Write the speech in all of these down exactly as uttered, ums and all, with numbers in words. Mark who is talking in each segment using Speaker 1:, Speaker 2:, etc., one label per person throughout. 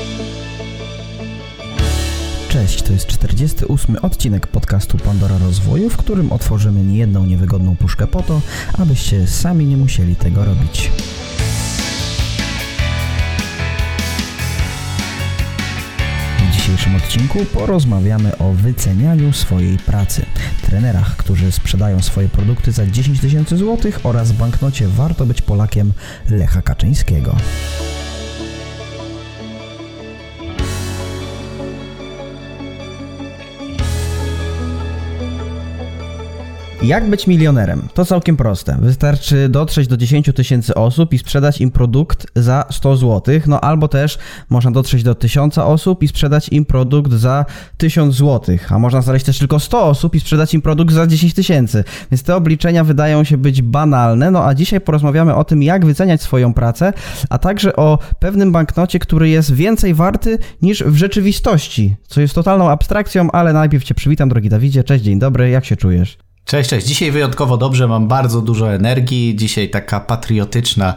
Speaker 1: Cześć, to jest czterdziesty ósmy odcinek podcastu Pandora Rozwoju, w którym otworzymy niejedną niewygodną puszkę po to, abyście sami nie musieli tego robić. W dzisiejszym odcinku porozmawiamy o wycenianiu swojej pracy, trenerach, którzy sprzedają swoje produkty za dziesięć tysięcy złotych oraz banknocie Warto być Polakiem Lecha Kaczyńskiego. Jak być milionerem? To całkiem proste. Wystarczy dotrzeć do dziesięć tysięcy osób i sprzedać im produkt za sto złotych, no albo też można dotrzeć do tysiąca osób i sprzedać im produkt za tysiąc złotych, a można znaleźć też tylko sto osób i sprzedać im produkt za dziesięć tysięcy. Więc te obliczenia wydają się być banalne, no a dzisiaj porozmawiamy o tym, jak wyceniać swoją pracę, a także o pewnym banknocie, który jest więcej warty niż w rzeczywistości, co jest totalną abstrakcją, ale najpierw Cię przywitam, drogi Dawidzie. Cześć, dzień dobry, jak się czujesz?
Speaker 2: Cześć, cześć. Dzisiaj wyjątkowo dobrze, mam bardzo dużo energii. Dzisiaj taka patriotyczna,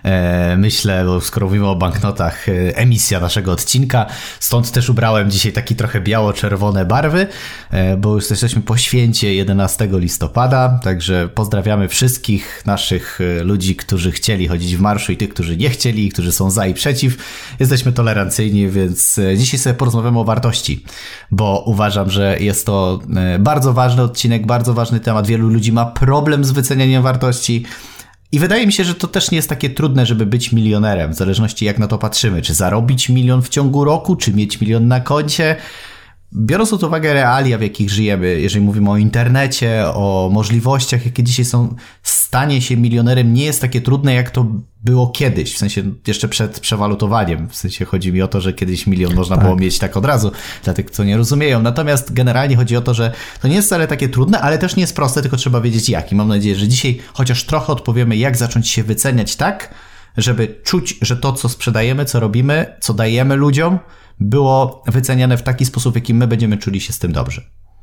Speaker 2: e, myślę, bo skoro mówimy o banknotach, e, emisja naszego odcinka. Stąd też ubrałem dzisiaj takie trochę biało-czerwone barwy, e, bo już jesteśmy po święcie jedenastego listopada, także pozdrawiamy wszystkich naszych ludzi, którzy chcieli chodzić w marszu i tych, którzy nie chcieli, którzy są za i przeciw. Jesteśmy tolerancyjni, więc dzisiaj sobie porozmawiamy o wartości, bo uważam, że jest to bardzo ważny odcinek, bardzo ważny temat. Wielu ludzi ma problem z wycenianiem wartości i wydaje mi się, że to też nie jest takie trudne, żeby być milionerem, w zależności jak na to patrzymy. Czy zarobić milion w ciągu roku, czy mieć milion na koncie. Biorąc pod uwagę realia, w jakich żyjemy, jeżeli mówimy o internecie, o możliwościach, jakie dzisiaj są, stanie się milionerem nie jest takie trudne, jak to było kiedyś, w sensie jeszcze przed przewalutowaniem. W sensie chodzi mi o to, że kiedyś milion można tak było mieć tak od razu, dla tych, co nie rozumieją. Natomiast generalnie chodzi o to, że to nie jest wcale takie trudne, ale też nie jest proste, tylko trzeba wiedzieć jak. I mam nadzieję, że dzisiaj chociaż trochę odpowiemy, jak zacząć się wyceniać tak, żeby czuć, że to, co sprzedajemy, co robimy, co dajemy ludziom, było wyceniane w taki sposób, w jaki my będziemy czuli się z tym dobrze.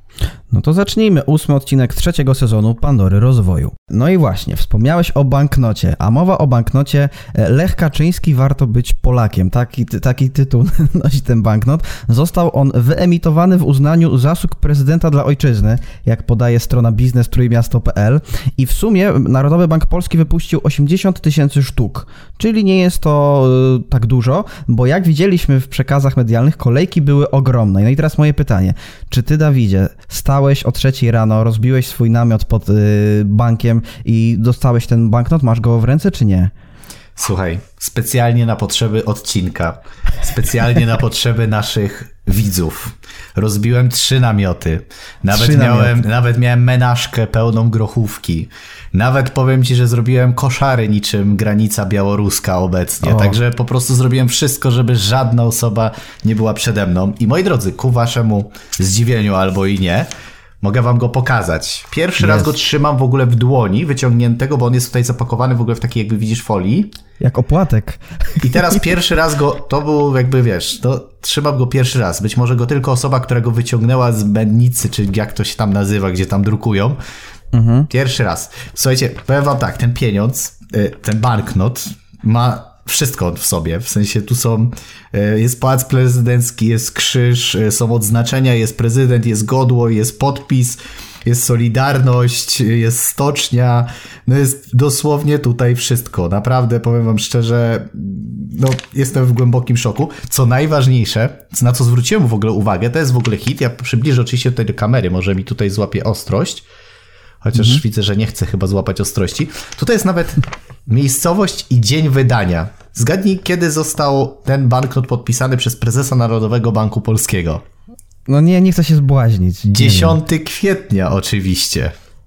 Speaker 1: No to zacznijmy ósmy odcinek trzeciego sezonu Pandory Rozwoju. No i właśnie, wspomniałeś o banknocie, a mowa o banknocie Lech Kaczyński Warto być Polakiem. Taki, taki tytuł nosi ten banknot. Został on wyemitowany w uznaniu zasług prezydenta dla ojczyzny, jak podaje strona biznes trójmiasto kropka p l, i w sumie Narodowy Bank Polski wypuścił osiemdziesiąt tysięcy sztuk, czyli nie jest to y, tak dużo, bo jak widzieliśmy w przekazach medialnych, kolejki były ogromne. No i teraz moje pytanie, czy ty, Dawidzie, stałeś o trzeciej rano, rozbiłeś swój namiot pod y, bankiem i dostałeś ten banknot? Masz go w ręce, czy nie?
Speaker 2: Słuchaj, specjalnie na potrzeby odcinka, specjalnie na potrzeby naszych widzów rozbiłem trzy namioty. Nawet
Speaker 1: trzy
Speaker 2: miałem,
Speaker 1: namioty.
Speaker 2: nawet miałem menażkę pełną grochówki. Nawet powiem ci, że zrobiłem koszary niczym granica białoruska obecnie.
Speaker 1: O.
Speaker 2: Także po prostu zrobiłem wszystko, żeby żadna osoba nie była przede mną. I moi drodzy, ku waszemu zdziwieniu albo i nie, mogę wam go pokazać. Pierwszy
Speaker 1: Jest.
Speaker 2: raz go trzymam w ogóle w dłoni, wyciągniętego, bo on jest tutaj zapakowany w ogóle w takiej, jakby widzisz, folii.
Speaker 1: Jak opłatek.
Speaker 2: I teraz pierwszy raz go, to był jakby, wiesz, to trzymam go pierwszy raz. Być może go tylko osoba, która go wyciągnęła z mennicy, czy jak to się tam nazywa, gdzie tam drukują. Mhm. Pierwszy raz. Słuchajcie, powiem wam tak, ten pieniądz, ten banknot ma wszystko w sobie, w sensie tu są, jest pałac prezydencki, jest krzyż, są odznaczenia, jest prezydent, jest godło, jest podpis, jest Solidarność, jest stocznia, no jest dosłownie tutaj wszystko. Naprawdę, powiem wam szczerze, no jestem w głębokim szoku. Co najważniejsze, na co zwróciłem w ogóle uwagę, to jest w ogóle hit, ja przybliżę oczywiście tutaj do kamery, może mi tutaj złapie ostrość, chociaż mhm. widzę, że nie chcę chyba złapać ostrości. Tutaj jest nawet miejscowość i dzień wydania. Zgadnij, kiedy został ten banknot podpisany przez prezesa Narodowego Banku Polskiego.
Speaker 1: No nie, nie chcę się zbłaźnić.
Speaker 2: dziesiątego kwietnia oczywiście.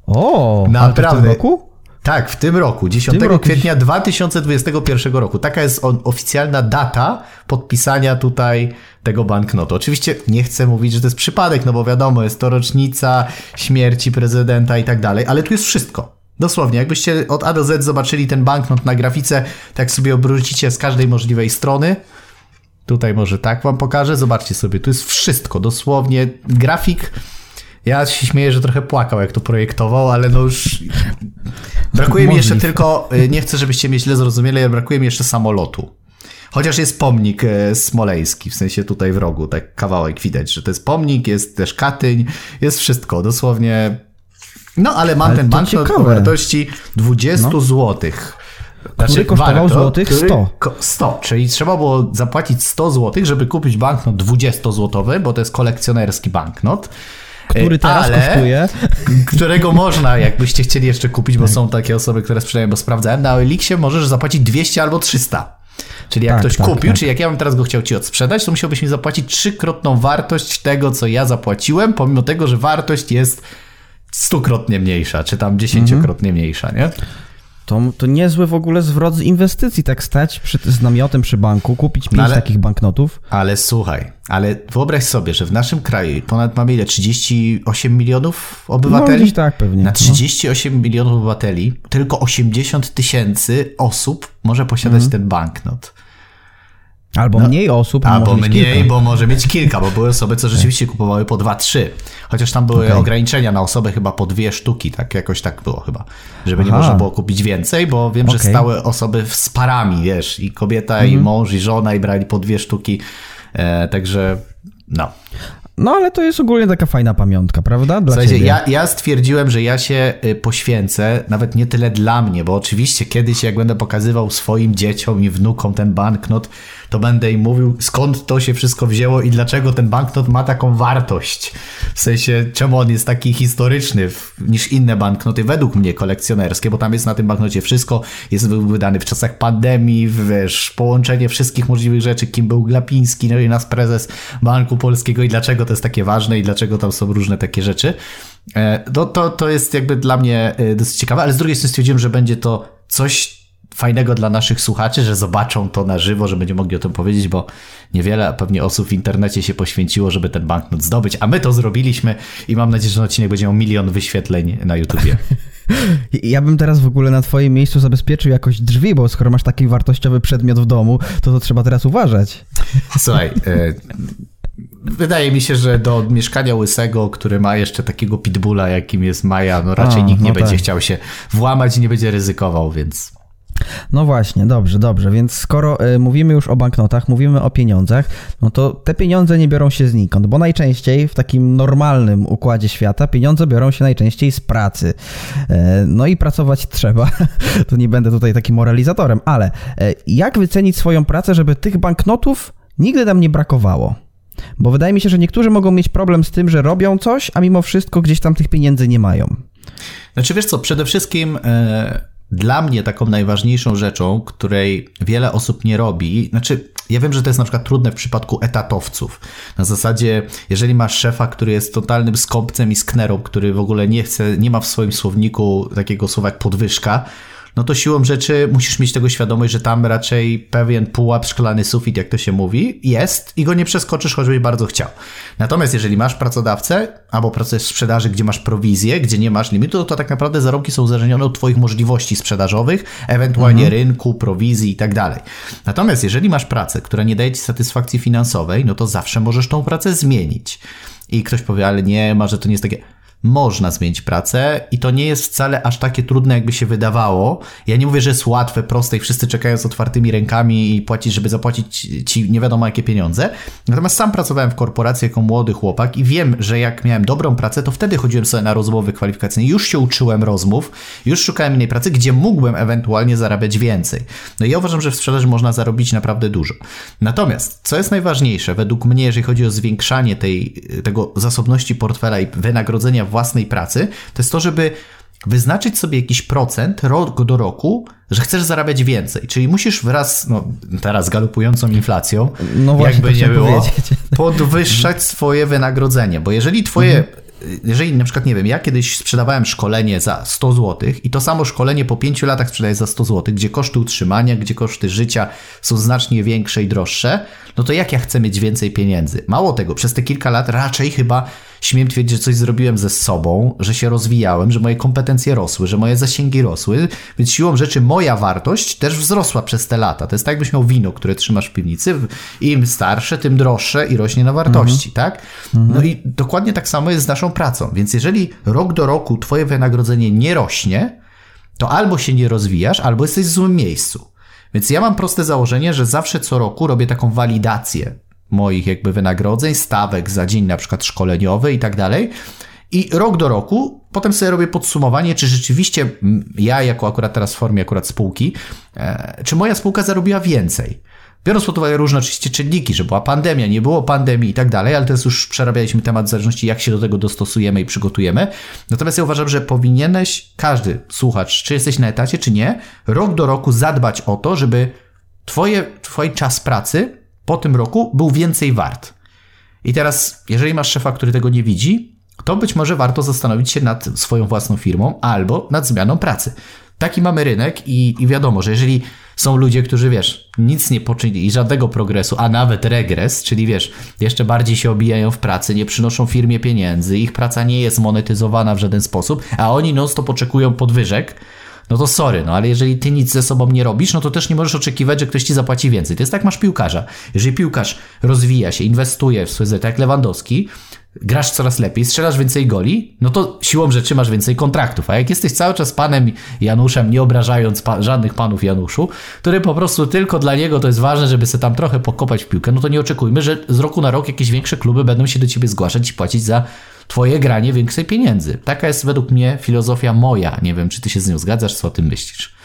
Speaker 1: O,
Speaker 2: naprawdę.
Speaker 1: Ale to w tym roku?
Speaker 2: Tak, w tym roku, dziesiątego kwietnia dwa tysiące dwudziestego pierwszego roku. Taka jest on, oficjalna data podpisania tutaj tego banknotu. Oczywiście nie chcę mówić, że to jest przypadek, no bo wiadomo, jest to rocznica śmierci prezydenta i tak dalej, ale tu jest wszystko. Dosłownie, jakbyście od A do Z zobaczyli ten banknot na grafice, tak sobie obrócicie z każdej możliwej strony. Tutaj może tak wam pokażę, zobaczcie sobie, tu jest wszystko, dosłownie grafik. Ja się śmieję, że trochę płakał, jak to projektował, ale no już brakuje mi jeszcze tylko, nie chcę, żebyście mnie źle zrozumieli, ale brakuje mi jeszcze samolotu. Chociaż jest pomnik smoleński, w sensie tutaj w rogu, tak kawałek widać, że to jest pomnik, jest też Katyń, jest wszystko, dosłownie. No, ale mam ale ten banknot o wartości dwadzieścia no. złotych.
Speaker 1: Znaczy, który kosztował warto, złotych sto.
Speaker 2: sto, czyli trzeba było zapłacić sto złotych, żeby kupić banknot dwudziestozłotowy, bo to jest kolekcjonerski banknot.
Speaker 1: Który teraz ale, kosztuje.
Speaker 2: Którego można, jakbyście chcieli jeszcze kupić, bo są takie osoby, które sprzedają, bo sprawdzałem, na O L X-ie możesz zapłacić dwieście albo trzysta. Czyli jak tak, ktoś tak, kupił, tak. czyli jak ja bym teraz go chciał ci odsprzedać, to musiałbyś mi zapłacić trzykrotną wartość tego, co ja zapłaciłem, pomimo tego, że wartość jest stukrotnie mniejsza, czy tam dziesięciokrotnie mhm. mniejsza, nie?
Speaker 1: To, to niezły w ogóle zwrot z inwestycji, tak stać przy, z namiotem przy banku, kupić pięć ale, takich banknotów.
Speaker 2: Ale słuchaj, ale wyobraź sobie, że w naszym kraju ponad mamy ile? trzydzieści osiem milionów obywateli?
Speaker 1: No, tak, pewnie.
Speaker 2: Na trzydzieści osiem no. milionów obywateli tylko osiemdziesiąt tysięcy osób może posiadać mhm. ten banknot.
Speaker 1: Albo no, mniej osób.
Speaker 2: Albo
Speaker 1: może
Speaker 2: mniej,
Speaker 1: kilka.
Speaker 2: bo może mieć kilka, bo były osoby, co rzeczywiście kupowały po dwa, trzy. Chociaż tam były okay. ograniczenia na osobę chyba po dwie sztuki, tak jakoś tak było chyba. Żeby Aha. nie można było kupić więcej, bo wiem, okay. że stały osoby z parami, wiesz, i kobieta, mhm. i mąż, i żona, i brali po dwie sztuki. E, także no.
Speaker 1: No ale to jest ogólnie taka fajna pamiątka, prawda? Dla
Speaker 2: Słuchajcie,
Speaker 1: ciebie.
Speaker 2: Ja, ja stwierdziłem, że ja się poświęcę, nawet nie tyle dla mnie, bo oczywiście kiedyś jak będę pokazywał swoim dzieciom i wnukom ten banknot, to będę im mówił, skąd to się wszystko wzięło i dlaczego ten banknot ma taką wartość. W sensie, czemu on jest taki historyczny niż inne banknoty, według mnie kolekcjonerskie, bo tam jest na tym banknocie wszystko, jest wydany w czasach pandemii, wiesz, połączenie wszystkich możliwych rzeczy, kim był Glapiński, no i nas prezes Banku Polskiego i dlaczego to jest takie ważne i dlaczego tam są różne takie rzeczy. To, to, to jest jakby dla mnie dosyć ciekawe, ale z drugiej strony stwierdziłem, że będzie to coś fajnego dla naszych słuchaczy, że zobaczą to na żywo, że będziemy mogli o tym powiedzieć, bo niewiele pewnie osób w internecie się poświęciło, żeby ten banknot zdobyć, a my to zrobiliśmy i mam nadzieję, że ten odcinek będzie miał milion wyświetleń na YouTubie.
Speaker 1: Ja bym teraz w ogóle na twoim miejscu zabezpieczył jakoś drzwi, bo skoro masz taki wartościowy przedmiot w domu, to to trzeba teraz uważać.
Speaker 2: Słuchaj, y- wydaje mi się, że do mieszkania łysego, który ma jeszcze takiego pitbulla, jakim jest Maja, no raczej o, nikt nie no będzie tak. chciał się włamać i nie będzie ryzykował, więc...
Speaker 1: No właśnie, dobrze, dobrze, więc skoro y, mówimy już o banknotach, mówimy o pieniądzach, no to te pieniądze nie biorą się znikąd, bo najczęściej w takim normalnym układzie świata pieniądze biorą się najczęściej z pracy. Y, no i pracować trzeba, to nie będę tutaj takim moralizatorem, ale y, jak wycenić swoją pracę, żeby tych banknotów nigdy nam nie brakowało? Bo wydaje mi się, że niektórzy mogą mieć problem z tym, że robią coś, a mimo wszystko gdzieś tam tych pieniędzy nie mają.
Speaker 2: Znaczy wiesz co, przede wszystkim... Yy... Dla mnie taką najważniejszą rzeczą, której wiele osób nie robi, znaczy ja wiem, że to jest na przykład trudne w przypadku etatowców. Na zasadzie, jeżeli masz szefa, który jest totalnym skąpcem i sknerą, który w ogóle nie chce, nie ma w swoim słowniku takiego słowa jak podwyżka, no to siłą rzeczy musisz mieć tego świadomość, że tam raczej pewien pułap, szklany sufit, jak to się mówi, jest i go nie przeskoczysz, choćbyś bardzo chciał. Natomiast jeżeli masz pracodawcę albo pracujesz w sprzedaży, gdzie masz prowizję, gdzie nie masz limitu, to tak naprawdę zarobki są uzależnione od twoich możliwości sprzedażowych, ewentualnie mhm. rynku, prowizji i tak dalej. Natomiast jeżeli masz pracę, która nie daje ci satysfakcji finansowej, no to zawsze możesz tą pracę zmienić. I ktoś powie, ale nie, może to nie jest takie... Można zmienić pracę i to nie jest wcale aż takie trudne, jakby się wydawało. Ja nie mówię, że jest łatwe, proste i wszyscy czekają z otwartymi rękami i płacić, żeby zapłacić ci nie wiadomo jakie pieniądze. Natomiast sam pracowałem w korporacji jako młody chłopak i wiem, że jak miałem dobrą pracę, to wtedy chodziłem sobie na rozmowy kwalifikacyjne. Już się uczyłem rozmów, już szukałem innej pracy, gdzie mógłbym ewentualnie zarabiać więcej. No i ja uważam, że w sprzedaży można zarobić naprawdę dużo. Natomiast, co jest najważniejsze, według mnie, jeżeli chodzi o zwiększanie tej, tego zasobności portfela i wynagrodzenia własnej pracy, to jest to, żeby wyznaczyć sobie jakiś procent rok do roku, że chcesz zarabiać więcej. Czyli musisz wraz, no teraz galopującą inflacją,
Speaker 1: no właśnie,
Speaker 2: jakby nie było, powiedzieć. podwyższać swoje wynagrodzenie. Bo jeżeli twoje, mhm. jeżeli na przykład, nie wiem, ja kiedyś sprzedawałem szkolenie za sto złotych i to samo szkolenie po pięciu latach sprzedaję za sto złotych, gdzie koszty utrzymania, gdzie koszty życia są znacznie większe i droższe, no to jak ja chcę mieć więcej pieniędzy? Mało tego, przez te kilka lat raczej chyba śmiem twierdzić, że coś zrobiłem ze sobą, że się rozwijałem, że moje kompetencje rosły, że moje zasięgi rosły, więc siłą rzeczy moja wartość też wzrosła przez te lata. To jest tak, jakbyś miał wino, które trzymasz w piwnicy. Im starsze, tym droższe i rośnie na wartości, mhm. tak? No i dokładnie tak samo jest z naszą pracą. Więc jeżeli rok do roku twoje wynagrodzenie nie rośnie, to albo się nie rozwijasz, albo jesteś w złym miejscu. Więc ja mam proste założenie, że zawsze co roku robię taką walidację moich jakby wynagrodzeń, stawek za dzień na przykład szkoleniowy i tak dalej. I rok do roku potem sobie robię podsumowanie, czy rzeczywiście ja jako akurat teraz w formie akurat spółki, e, czy moja spółka zarobiła więcej. Biorąc pod uwagę różne oczywiście czynniki, że była pandemia, nie było pandemii i tak dalej, ale teraz już przerabialiśmy temat w zależności jak się do tego dostosujemy i przygotujemy. Natomiast ja uważam, że powinieneś, każdy słuchacz, czy jesteś na etacie, czy nie, rok do roku zadbać o to, żeby twoje, twój czas pracy po tym roku był więcej wart. I teraz, jeżeli masz szefa, który tego nie widzi, to być może warto zastanowić się nad swoją własną firmą albo nad zmianą pracy. Taki mamy rynek i, i wiadomo, że jeżeli są ludzie, którzy, wiesz, nic nie poczynili, żadnego progresu, a nawet regres, czyli, wiesz, jeszcze bardziej się obijają w pracy, nie przynoszą firmie pieniędzy, ich praca nie jest monetyzowana w żaden sposób, a oni non-stop oczekują podwyżek, no to sorry, no ale jeżeli ty nic ze sobą nie robisz, no to też nie możesz oczekiwać, że ktoś ci zapłaci więcej. To jest tak, masz piłkarza. Jeżeli piłkarz rozwija się, inwestuje w swoje, tak jak Lewandowski, grasz coraz lepiej, strzelasz więcej goli, no to siłą rzeczy masz więcej kontraktów. A jak jesteś cały czas panem Januszem, nie obrażając pa- żadnych panów Januszu, który po prostu tylko dla niego to jest ważne, żeby sobie tam trochę pokopać w piłkę, no to nie oczekujmy, że z roku na rok jakieś większe kluby będą się do ciebie zgłaszać i płacić za twoje granie większej pieniędzy. Taka jest według mnie filozofia moja. Nie wiem, czy ty się z nią zgadzasz, co o tym myślisz?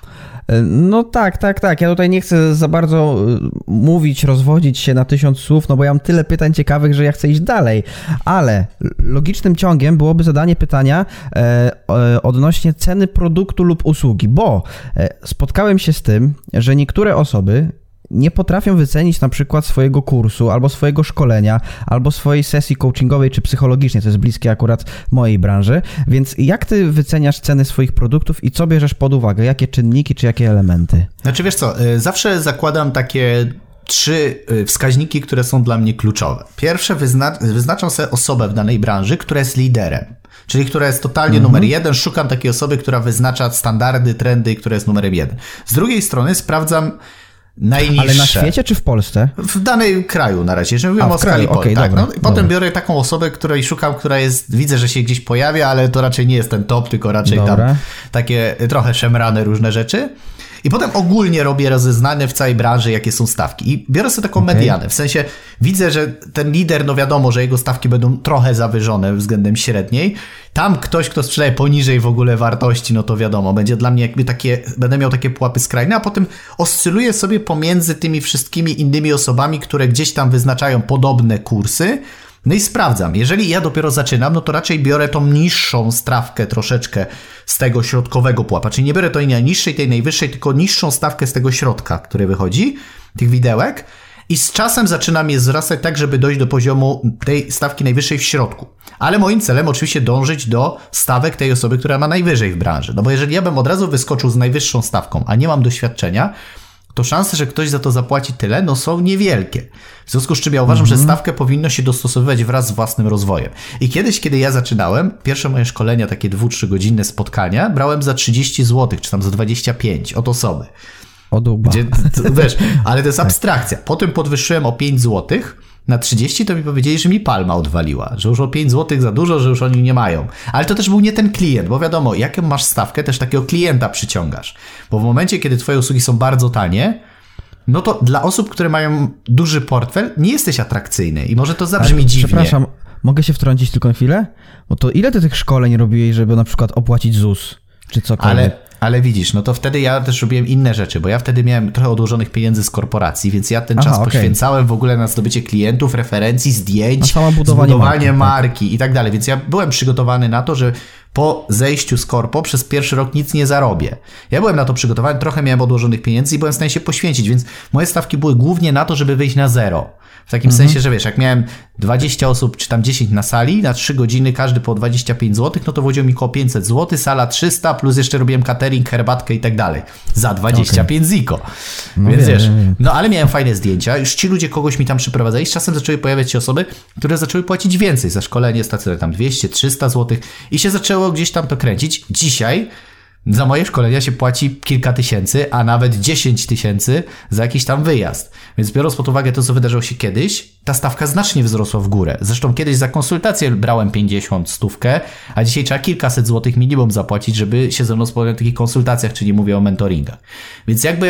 Speaker 1: No tak, tak, tak. Ja tutaj nie chcę za bardzo mówić, rozwodzić się na tysiąc słów, no bo ja mam tyle pytań ciekawych, że ja chcę iść dalej. Ale logicznym ciągiem byłoby zadanie pytania e, e, odnośnie ceny produktu lub usługi, bo e, spotkałem się z tym, że niektóre osoby nie potrafią wycenić na przykład swojego kursu, albo swojego szkolenia, albo swojej sesji coachingowej czy psychologicznej, co jest bliskie akurat mojej branży. Więc jak ty wyceniasz ceny swoich produktów i co bierzesz pod uwagę? Jakie czynniki czy jakie elementy?
Speaker 2: Znaczy wiesz co, zawsze zakładam takie trzy wskaźniki, które są dla mnie kluczowe. Pierwsze, wyzna- wyznaczam sobie osobę w danej branży, która jest liderem. Czyli która jest totalnie mhm. numer jeden. Szukam takiej osoby, która wyznacza standardy, trendy, która jest numerem jeden. Z drugiej strony sprawdzam najniższe.
Speaker 1: Ale na świecie czy w Polsce?
Speaker 2: W danym kraju na razie, jeżeli mówimy
Speaker 1: A,
Speaker 2: o skali
Speaker 1: kraju, okay,
Speaker 2: tak,
Speaker 1: dobra,
Speaker 2: no, i potem biorę taką osobę, której szukam, która jest, widzę, że się gdzieś pojawia, ale to raczej nie jest ten top, tylko raczej dobra. Tam takie trochę szemrane różne rzeczy. I potem ogólnie robię rozeznane w całej branży, jakie są stawki. I biorę sobie taką okay. medianę. W sensie widzę, że ten lider, no wiadomo, że jego stawki będą trochę zawyżone względem średniej. Tam ktoś, kto sprzedaje poniżej w ogóle wartości, no to wiadomo, będzie dla mnie jakby takie, będę miał takie pułapy skrajne, a potem oscyluję sobie pomiędzy tymi wszystkimi innymi osobami, które gdzieś tam wyznaczają podobne kursy. No i sprawdzam. Jeżeli ja dopiero zaczynam, no to raczej biorę tą niższą stawkę troszeczkę z tego środkowego pułapa. Czyli nie biorę tej najniższej, tej najwyższej, tylko niższą stawkę z tego środka, który wychodzi, tych widełek. I z czasem zaczynam je wzrastać tak, żeby dojść do poziomu tej stawki najwyższej w środku. Ale moim celem oczywiście dążyć do stawek tej osoby, która ma najwyżej w branży. No bo jeżeli ja bym od razu wyskoczył z najwyższą stawką, a nie mam doświadczenia, to szanse, że ktoś za to zapłaci tyle, no są niewielkie. W związku z czym ja uważam, mm-hmm. że stawkę powinno się dostosowywać wraz z własnym rozwojem. I kiedyś, kiedy ja zaczynałem, pierwsze moje szkolenia, takie dwu, trzygodzinne spotkania, brałem za trzydzieści złotych, czy tam za dwadzieścia pięć od osoby.
Speaker 1: O duba.
Speaker 2: Gdzie, to, wiesz, ale to jest abstrakcja. Potem podwyższyłem o pięć złotych, na trzydzieści to mi powiedzieli, że mi palma odwaliła, że już o pięć złotych za dużo, że już oni nie mają. Ale to też był nie ten klient, bo wiadomo, jaką masz stawkę, też takiego klienta przyciągasz. Bo w momencie, kiedy twoje usługi są bardzo tanie, no to dla osób, które mają duży portfel, nie jesteś atrakcyjny i może to zabrzmi
Speaker 1: Ale,
Speaker 2: dziwnie.
Speaker 1: Przepraszam, mogę się wtrącić tylko na chwilę? Bo to ile ty tych szkoleń robiłeś, żeby na przykład opłacić ZUS, czy cokolwiek?
Speaker 2: Ale... Ale widzisz, no to wtedy ja też robiłem inne rzeczy, bo ja wtedy miałem trochę odłożonych pieniędzy z korporacji, więc ja ten Aha, czas okay. poświęcałem w ogóle na zdobycie klientów, referencji, zdjęć,
Speaker 1: budowanie
Speaker 2: zbudowanie marki,
Speaker 1: marki
Speaker 2: i tak dalej. Więc ja byłem przygotowany na to, że po zejściu z korpo przez pierwszy rok nic nie zarobię. Ja byłem na to przygotowany, trochę miałem odłożonych pieniędzy i byłem w stanie się poświęcić, więc moje stawki były głównie na to, żeby wyjść na zero. W takim mhm. sensie, że wiesz, jak miałem dwadzieścia osób, czy tam dziesięć na sali, na trzy godziny, każdy po dwadzieścia pięć złotych, no to wychodziło mi około pięćset złotych, sala trzysta, plus jeszcze robiłem catering, herbatkę i tak dalej. Za dwadzieścia pięć okay. ziko. No Więc wiem, wiesz, wiem. no ale miałem fajne zdjęcia, już ci ludzie kogoś mi tam przyprowadzali, z czasem zaczęły pojawiać się osoby, które zaczęły płacić więcej za szkolenie, stacjonarne tam dwieście trzysta złotych i się zaczęło gdzieś tam to kręcić. Dzisiaj za moje szkolenia się płaci kilka tysięcy, a nawet dziesięć tysięcy za jakiś tam wyjazd. Więc biorąc pod uwagę to, co wydarzyło się kiedyś, ta stawka znacznie wzrosła w górę. Zresztą kiedyś za konsultację brałem pięćdziesiąt, stówkę, a dzisiaj trzeba kilkaset złotych minimum zapłacić, żeby się ze mną spotkać na takich konsultacjach, czyli mówię o mentoringach. Więc jakby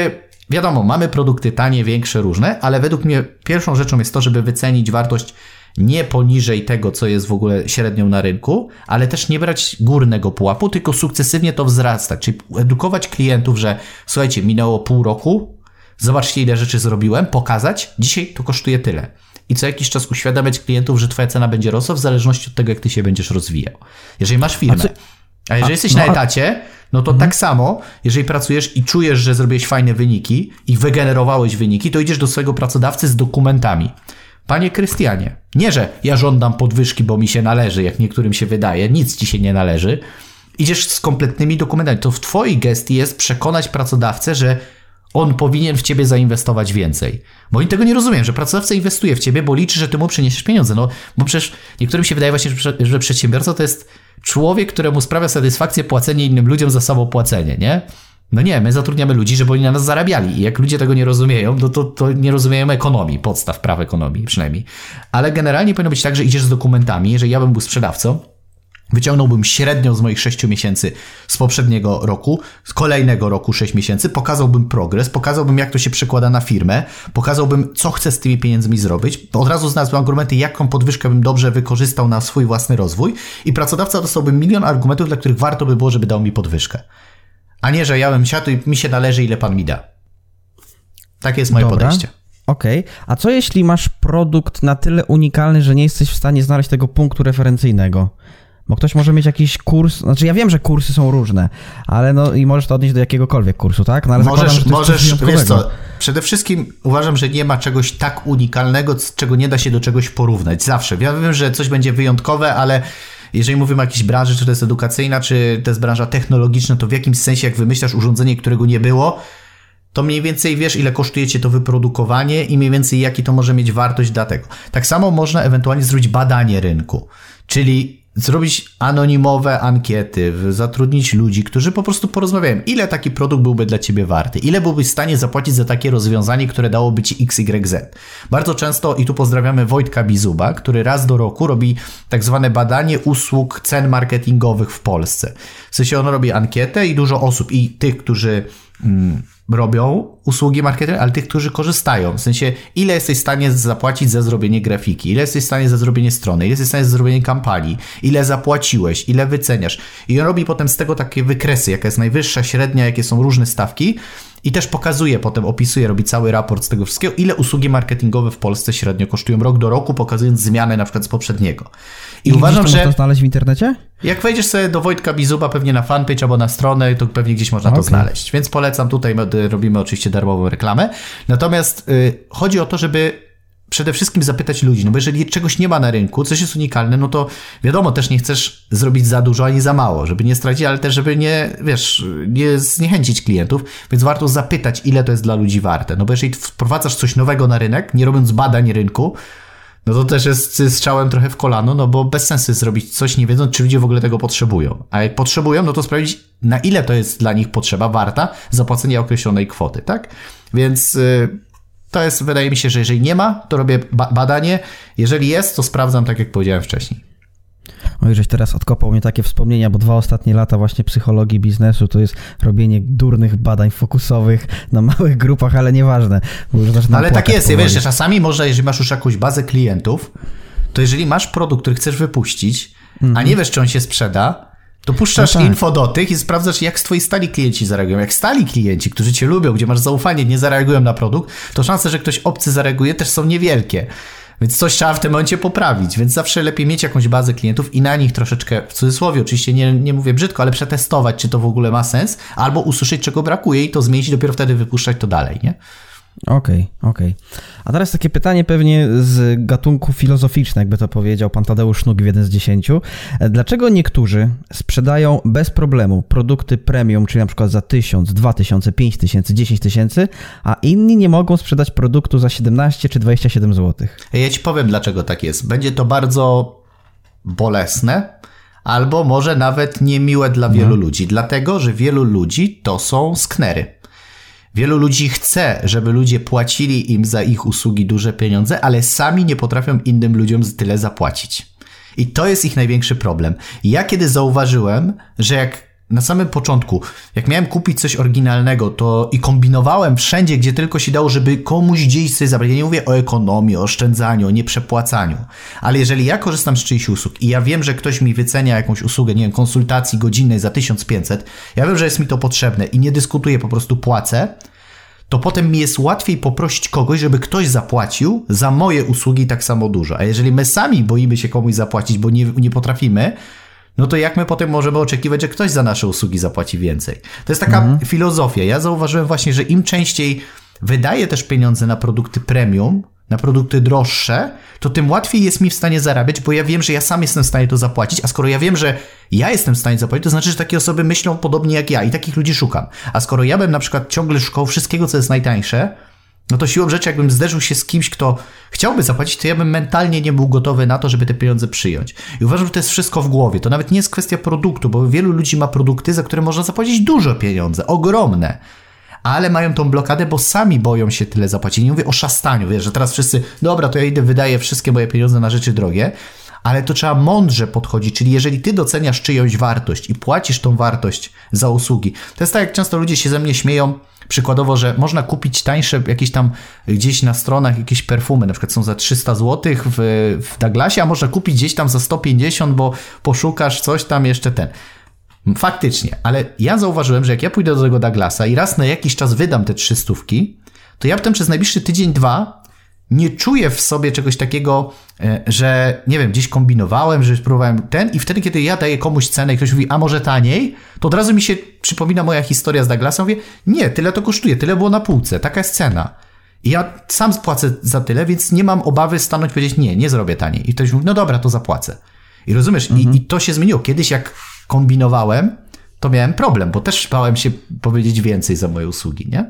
Speaker 2: wiadomo, mamy produkty tanie, większe, różne, ale według mnie pierwszą rzeczą jest to, żeby wycenić wartość nie poniżej tego, co jest w ogóle średnią na rynku, ale też nie brać górnego pułapu, tylko sukcesywnie to wzrastać, czyli edukować klientów, że słuchajcie, minęło pół roku, zobaczcie ile rzeczy zrobiłem, pokazać, dzisiaj to kosztuje tyle. I co jakiś czas uświadamiać klientów, że twoja cena będzie rosła w zależności od tego, jak ty się będziesz rozwijał. Jeżeli masz firmę, a, co... a jeżeli a, jesteś no, na etacie, no to mhm. tak samo, jeżeli pracujesz i czujesz, że zrobiłeś fajne wyniki i wygenerowałeś wyniki, to idziesz do swojego pracodawcy z dokumentami. Panie Krystianie, nie, że ja żądam podwyżki, bo mi się należy, jak niektórym się wydaje, nic ci się nie należy. Idziesz z kompletnymi dokumentami. To w twojej gestii jest przekonać pracodawcę, że on powinien w ciebie zainwestować więcej. Bo oni tego nie rozumieją, że pracodawca inwestuje w ciebie, bo liczy, że ty mu przyniesiesz pieniądze. No, bo przecież niektórym się wydaje właśnie, że przedsiębiorca to jest człowiek, któremu sprawia satysfakcję płacenie innym ludziom za samo płacenie, nie? No nie, my zatrudniamy ludzi, żeby oni na nas zarabiali i jak ludzie tego nie rozumieją, no to, to nie rozumieją ekonomii, podstaw praw ekonomii przynajmniej. Ale generalnie powinno być tak, że idziesz z dokumentami, jeżeli ja bym był sprzedawcą, wyciągnąłbym średnią z moich sześciu miesięcy z poprzedniego roku, z kolejnego roku sześć miesięcy, pokazałbym progres, pokazałbym jak to się przekłada na firmę, pokazałbym co chcę z tymi pieniędzmi zrobić, od razu znalazłem argumenty, jaką podwyżkę bym dobrze wykorzystał na swój własny rozwój i pracodawca dostałby milion argumentów, dla których warto by było, żeby dał mi podwyżkę. A nie, że ja bym siadł i mi się należy, ile pan mi da. Takie jest moje Dobra. podejście.
Speaker 1: Okej, okay. A co jeśli masz produkt na tyle unikalny, że nie jesteś w stanie znaleźć tego punktu referencyjnego? Bo ktoś może mieć jakiś kurs, znaczy ja wiem, że kursy są różne, ale no i możesz to odnieść do jakiegokolwiek kursu, tak? No ale
Speaker 2: możesz, zakładam, możesz, wiesz co, przede wszystkim uważam, że nie ma czegoś tak unikalnego, czego nie da się do czegoś porównać. Zawsze. Ja wiem, że coś będzie wyjątkowe, ale jeżeli mówimy o jakiejś branży, czy to jest edukacyjna, czy to jest branża technologiczna, to w jakimś sensie, jak wymyślasz urządzenie, którego nie było, to mniej więcej wiesz, ile kosztuje cię to wyprodukowanie i mniej więcej jaki to może mieć wartość dla tego. Tak samo można ewentualnie zrobić badanie rynku, czyli zrobić anonimowe ankiety, zatrudnić ludzi, którzy po prostu porozmawiają, ile taki produkt byłby dla ciebie warty, ile byłbyś w stanie zapłacić za takie rozwiązanie, które dałoby ci X Y Z. Bardzo często, i tu pozdrawiamy Wojtka Bizuba, który raz do roku robi tak zwane badanie usług cen marketingowych w Polsce. W sensie on robi ankietę i dużo osób, i tych, którzy mm, robią usługi marketingowe, ale tych, którzy korzystają. W sensie, ile jesteś w stanie zapłacić za zrobienie grafiki, ile jesteś w stanie za zrobienie strony, ile jesteś w stanie za zrobienie kampanii, ile zapłaciłeś, ile wyceniasz. I on robi potem z tego takie wykresy, jaka jest najwyższa, średnia, jakie są różne stawki i też pokazuje, potem opisuje, robi cały raport z tego wszystkiego, ile usługi marketingowe w Polsce średnio kosztują rok do roku, pokazując zmianę na przykład z poprzedniego. I, I uważam, że... można
Speaker 1: znaleźć w internecie?
Speaker 2: Jak wejdziesz sobie do Wojtka Bizuba pewnie na fanpage albo na stronę, to pewnie gdzieś można okay. to znaleźć. Więc polecam, tutaj robimy oczywiście darmową reklamę. Natomiast y, chodzi o to, żeby przede wszystkim zapytać ludzi, no bo jeżeli czegoś nie ma na rynku, coś jest unikalne, no to wiadomo, też nie chcesz zrobić za dużo ani za mało, żeby nie stracić, ale też żeby nie, wiesz, nie zniechęcić klientów, więc warto zapytać, ile to jest dla ludzi warte. No bo jeżeli wprowadzasz coś nowego na rynek, nie robiąc badań rynku, no to też jest strzałem trochę w kolano, no bo bez sensu zrobić coś, nie wiedząc, czy ludzie w ogóle tego potrzebują. A jak potrzebują, no to sprawdzić, na ile to jest dla nich potrzeba warta zapłacenia określonej kwoty, tak? Więc yy, to jest, wydaje mi się, że jeżeli nie ma, to robię ba- badanie. Jeżeli jest, to sprawdzam, tak jak powiedziałem wcześniej.
Speaker 1: Oj, żeś teraz odkopał mnie takie wspomnienia, bo dwa ostatnie lata właśnie psychologii biznesu to jest robienie durnych badań fokusowych na małych grupach, ale nieważne.
Speaker 2: Ale tak jest, wiesz, że czasami może, jeżeli masz już jakąś bazę klientów, to jeżeli masz produkt, który chcesz wypuścić, mm-hmm. a nie wiesz, czy on się sprzeda, to puszczasz no tak. info do tych i sprawdzasz, jak twoi stali klienci zareagują. Jak stali klienci, którzy cię lubią, gdzie masz zaufanie, nie zareagują na produkt, to szanse, że ktoś obcy zareaguje, też są niewielkie. Więc coś trzeba w tym momencie poprawić, więc zawsze lepiej mieć jakąś bazę klientów i na nich troszeczkę, w cudzysłowie oczywiście, nie, nie mówię brzydko, ale przetestować, czy to w ogóle ma sens, albo usłyszeć, czego brakuje i to zmienić i dopiero wtedy wypuszczać to dalej, nie?
Speaker 1: Okej, okay, okej. Okay. A teraz takie pytanie pewnie z gatunku filozoficznego, jakby to powiedział pan Tadeusz Sznuk w jeden z dziesięciu. Dlaczego niektórzy sprzedają bez problemu produkty premium, czyli na przykład za tysiąc, dwa tysiące, pięć tysięcy, dziesięć tysięcy, a inni nie mogą sprzedać produktu za siedemnaście czy dwadzieścia siedem złotych?
Speaker 2: Ja ci powiem, dlaczego tak jest. Będzie to bardzo bolesne, albo może nawet niemiłe dla wielu no. ludzi. Dlatego, że wielu ludzi to są sknery. Wielu ludzi chce, żeby ludzie płacili im za ich usługi duże pieniądze, ale sami nie potrafią innym ludziom tyle zapłacić. I to jest ich największy problem. Ja kiedy zauważyłem, że jak na samym początku, jak miałem kupić coś oryginalnego, to i kombinowałem wszędzie, gdzie tylko się dało, żeby komuś gdzieś coś zabrać. Ja nie mówię o ekonomii, o oszczędzaniu, o nieprzepłacaniu, ale jeżeli ja korzystam z czyichś usług i ja wiem, że ktoś mi wycenia jakąś usługę, nie wiem, konsultacji godzinnej za tysiąc pięćset, ja wiem, że jest mi to potrzebne i nie dyskutuję, po prostu płacę, to potem mi jest łatwiej poprosić kogoś, żeby ktoś zapłacił za moje usługi tak samo dużo. A jeżeli my sami boimy się komuś zapłacić, bo nie, nie potrafimy, no to jak my potem możemy oczekiwać, że ktoś za nasze usługi zapłaci więcej? To jest taka mhm. filozofia. Ja zauważyłem właśnie, że im częściej wydaję też pieniądze na produkty premium, na produkty droższe, to tym łatwiej jest mi w stanie zarabiać, bo ja wiem, że ja sam jestem w stanie to zapłacić, a skoro ja wiem, że ja jestem w stanie zapłacić, to znaczy, że takie osoby myślą podobnie jak ja i takich ludzi szukam. A skoro ja bym na przykład ciągle szukał wszystkiego, co jest najtańsze, no to siłą rzeczy, jakbym zderzył się z kimś, kto chciałby zapłacić, to ja bym mentalnie nie był gotowy na to, żeby te pieniądze przyjąć. I uważam, że to jest wszystko w głowie. To nawet nie jest kwestia produktu, bo wielu ludzi ma produkty, za które można zapłacić dużo pieniądze, ogromne. Ale mają tą blokadę, bo sami boją się tyle zapłacić. Nie mówię o szastaniu, wiesz, że teraz wszyscy, dobra, to ja idę, wydaję wszystkie moje pieniądze na rzeczy drogie, ale to trzeba mądrze podchodzić, czyli jeżeli ty doceniasz czyjąś wartość i płacisz tą wartość za usługi, to jest tak, jak często ludzie się ze mnie śmieją, przykładowo, że można kupić tańsze jakieś tam gdzieś na stronach jakieś perfumy, na przykład są za trzysta złotych w, w Douglasie, a można kupić gdzieś tam za sto pięćdziesiąt, bo poszukasz coś tam jeszcze ten. Faktycznie, ale ja zauważyłem, że jak ja pójdę do tego Douglasa i raz na jakiś czas wydam te trzy stówki, to ja potem przez najbliższy tydzień, dwa nie czuję w sobie czegoś takiego, że nie wiem, gdzieś kombinowałem, że próbowałem ten i wtedy, kiedy ja daję komuś cenę i ktoś mówi, a może taniej, to od razu mi się przypomina moja historia z Douglasem, mówię, nie, tyle to kosztuje, tyle było na półce, taka jest cena. I ja sam płacę za tyle, więc nie mam obawy stanąć i powiedzieć, nie, nie zrobię taniej. I ktoś mówi, no dobra, to zapłacę. I rozumiesz, mhm. I, i to się zmieniło. Kiedyś jak kombinowałem, to miałem problem, bo też bałem się powiedzieć więcej za moje usługi, nie?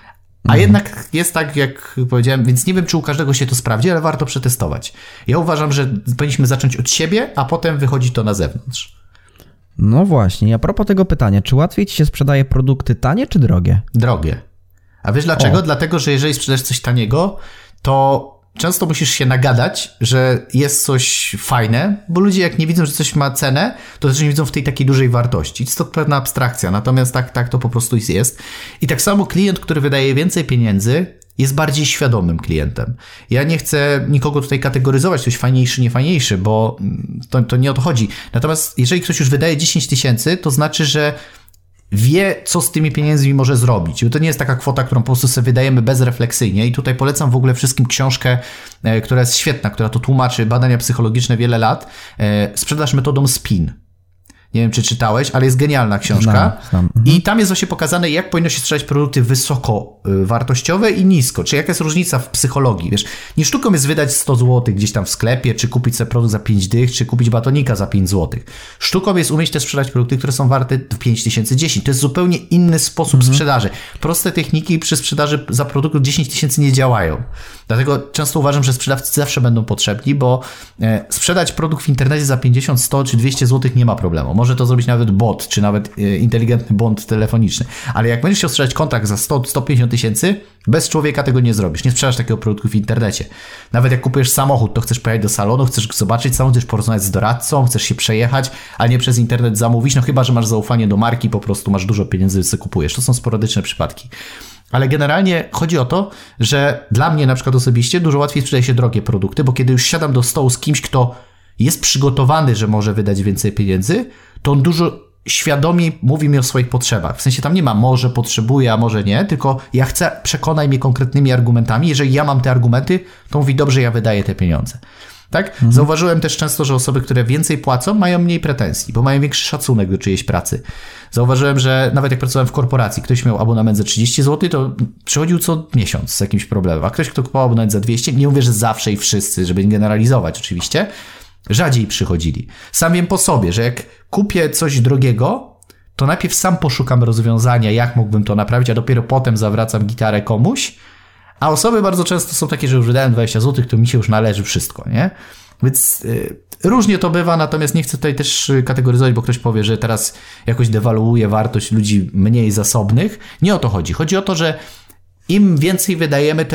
Speaker 2: A mhm. jednak jest tak, jak powiedziałem, więc nie wiem, czy u każdego się to sprawdzi, ale warto przetestować. Ja uważam, że powinniśmy zacząć od siebie, a potem wychodzi to na zewnątrz.
Speaker 1: No właśnie, a propos tego pytania, czy łatwiej ci się sprzedaje produkty tanie czy drogie?
Speaker 2: Drogie. A wiesz dlaczego?
Speaker 1: O.
Speaker 2: Dlatego, że jeżeli sprzedajesz coś taniego, to często musisz się nagadać, że jest coś fajne, bo ludzie jak nie widzą, że coś ma cenę, to też nie widzą w tej takiej dużej wartości. To jest pewna abstrakcja, natomiast tak, tak to po prostu jest. I tak samo klient, który wydaje więcej pieniędzy, jest bardziej świadomym klientem. Ja nie chcę nikogo tutaj kategoryzować, ktoś fajniejszy, niefajniejszy, bo to, to nie o to chodzi. Natomiast jeżeli ktoś już wydaje dziesięć tysięcy, to znaczy, że wie, co z tymi pieniędzmi może zrobić. Bo to nie jest taka kwota, którą po prostu sobie wydajemy bezrefleksyjnie i tutaj polecam w ogóle wszystkim książkę, e, która jest świetna, która to tłumaczy, badania psychologiczne wiele lat. E, Sprzedaż metodą spin. Nie wiem, czy czytałeś, ale jest genialna książka. Znam, znam. Mhm. I tam jest właśnie pokazane, jak powinno się sprzedać produkty wysoko wartościowe i nisko. Czy jaka jest różnica w psychologii, wiesz. Nie sztuką jest wydać sto złotych gdzieś tam w sklepie, czy kupić sobie produkt za pięć dych, czy kupić batonika za pięć złotych. Sztuką jest umieć też sprzedać produkty, które są warte pięć tysięcy, dziesięć. To jest zupełnie inny sposób mhm. sprzedaży. Proste techniki przy sprzedaży za produkt dziesięć tysięcy nie działają. Dlatego często uważam, że sprzedawcy zawsze będą potrzebni, bo e, sprzedać produkt w internecie za pięćdziesiąt, sto czy dwieście złotych nie ma problemu. Może to zrobić nawet bot, czy nawet e, inteligentny bot telefoniczny. Ale jak będziesz chciał sprzedać kontrakt za sto do stu pięćdziesięciu tysięcy, bez człowieka tego nie zrobisz. Nie sprzedasz takiego produktu w internecie. Nawet jak kupujesz samochód, to chcesz pojechać do salonu, chcesz zobaczyć samochód, chcesz porozmawiać z doradcą, chcesz się przejechać, ale nie przez internet zamówić, no chyba że masz zaufanie do marki, po prostu masz dużo pieniędzy, co kupujesz. To są sporadyczne przypadki. Ale generalnie chodzi o to, że dla mnie na przykład osobiście dużo łatwiej sprzedaje się drogie produkty, bo kiedy już siadam do stołu z kimś, kto jest przygotowany, że może wydać więcej pieniędzy, to on dużo świadomiej mówi mi o swoich potrzebach. W sensie tam nie ma może potrzebuję, a może nie, tylko ja chcę, przekonaj mnie konkretnymi argumentami. Jeżeli ja mam te argumenty, to mówi dobrze, ja wydaję te pieniądze. Tak? Mhm. Zauważyłem też często, że osoby, które więcej płacą, mają mniej pretensji, bo mają większy szacunek do czyjejś pracy. Zauważyłem, że nawet jak pracowałem w korporacji, ktoś miał abonament za trzydzieści złotych, to przychodził co miesiąc z jakimś problemem, a ktoś, kto kupował abonament za dwieście, nie mówię, że zawsze i wszyscy, żeby nie generalizować oczywiście, rzadziej przychodzili. Sam wiem po sobie, że jak kupię coś drogiego, to najpierw sam poszukam rozwiązania, jak mógłbym to naprawić, a dopiero potem zawracam gitarę komuś, a osoby bardzo często są takie, że już wydałem dwadzieścia złotych, to mi się już należy wszystko, nie? Więc y, różnie to bywa, natomiast nie chcę tutaj też kategoryzować, bo ktoś powie, że teraz jakoś dewaluuje wartość ludzi mniej zasobnych. Nie o to chodzi. Chodzi o to, że im więcej wydajemy, też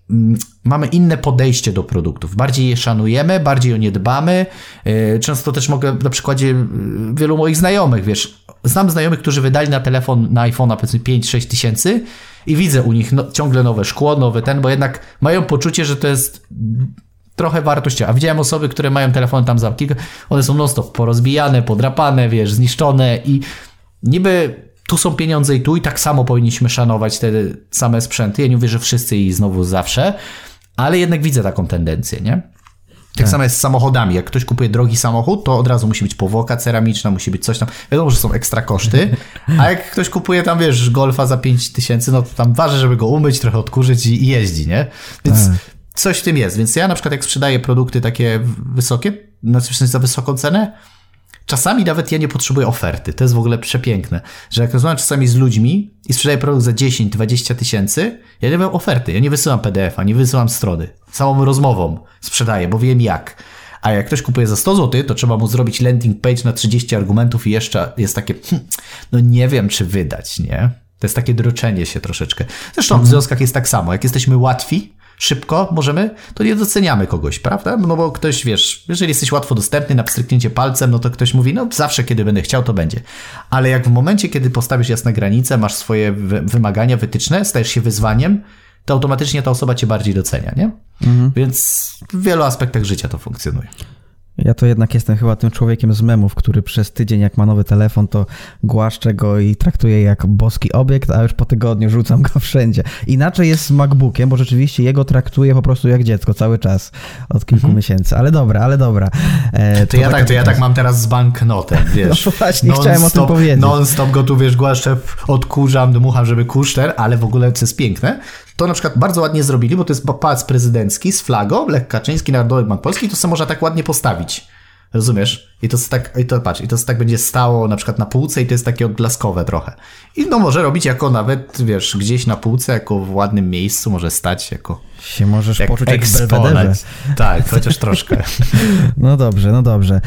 Speaker 2: mamy inne podejście do produktów. Bardziej je szanujemy, bardziej o nie dbamy. Często też mogę na przykładzie wielu moich znajomych, wiesz, znam znajomych, którzy wydali na telefon, na iPhone'a powiedzmy pięć sześć tysięcy i widzę u nich no, ciągle nowe szkło, nowy ten, bo jednak mają poczucie, że to jest trochę wartościowe. A widziałem osoby, które mają telefony tam za kilka, one są non-stop porozbijane, podrapane, wiesz, zniszczone i niby tu są pieniądze i tu i tak samo powinniśmy szanować te same sprzęty. Ja nie mówię, że wszyscy i znowu zawsze, ale jednak widzę taką tendencję, nie? Tak, tak samo jest z samochodami. Jak ktoś kupuje drogi samochód, to od razu musi być powłoka ceramiczna, musi być coś tam. Wiadomo, że są ekstra koszty, a jak ktoś kupuje tam, wiesz, Golfa za pięć tysięcy, no to tam waży, żeby go umyć, trochę odkurzyć i, i jeździ, nie? Więc tak. Coś w tym jest. Więc ja na przykład jak sprzedaję produkty takie wysokie, na coś za wysoką cenę, czasami nawet ja nie potrzebuję oferty. To jest w ogóle przepiękne, że jak rozmawiam czasami z ludźmi i sprzedaję produkt za dziesięć dwadzieścia tysięcy, ja nie mam oferty, ja nie wysyłam P D F a, nie wysyłam strony. Samą rozmową sprzedaję, bo wiem jak. A jak ktoś kupuje za sto złotych, to trzeba mu zrobić landing page na trzydzieści argumentów i jeszcze jest takie, hm, no nie wiem czy wydać, nie? To jest takie droczenie się troszeczkę. Zresztą mhm. w związkach jest tak samo. Jak jesteśmy łatwi, szybko możemy, to nie doceniamy kogoś, prawda? No bo ktoś, wiesz, jeżeli jesteś łatwo dostępny na pstryknięcie palcem, no to ktoś mówi, no zawsze, kiedy będę chciał, to będzie. Ale jak w momencie, kiedy postawisz jasne granice, masz swoje wy- wymagania, wytyczne, stajesz się wyzwaniem, to automatycznie ta osoba cię bardziej docenia, nie? Mhm. Więc w wielu aspektach życia to funkcjonuje.
Speaker 1: Ja to jednak jestem chyba tym człowiekiem z memów, który przez tydzień jak ma nowy telefon, to głaszczę go i traktuję jak boski obiekt, a już po tygodniu rzucam go wszędzie. Inaczej jest z MacBookiem, bo rzeczywiście jego traktuję po prostu jak dziecko cały czas od kilku mhm. miesięcy. Ale dobra, ale dobra.
Speaker 2: E, to, to, ja tak, to ja tak mam teraz z banknotem, wiesz.
Speaker 1: No właśnie, chciałem o tym powiedzieć.
Speaker 2: Non-stop go tu, wiesz, głaszczę, odkurzam, dmucham, żeby kuszter, ale w ogóle co jest piękne, to na przykład bardzo ładnie zrobili, bo to jest pałac prezydencki z flagą, Lech Kaczyński, Narodowy Bank Polski, to sobie można tak ładnie postawić. Rozumiesz? I to jest tak, i to patrz, i to tak będzie stało na przykład na półce i to jest takie odblaskowe trochę. I no może robić jako nawet, wiesz, gdzieś na półce, jako w ładnym miejscu, może stać jako...
Speaker 1: Się możesz jak poczuć jak w Belwederze.
Speaker 2: Tak, chociaż troszkę.
Speaker 1: No dobrze, no dobrze.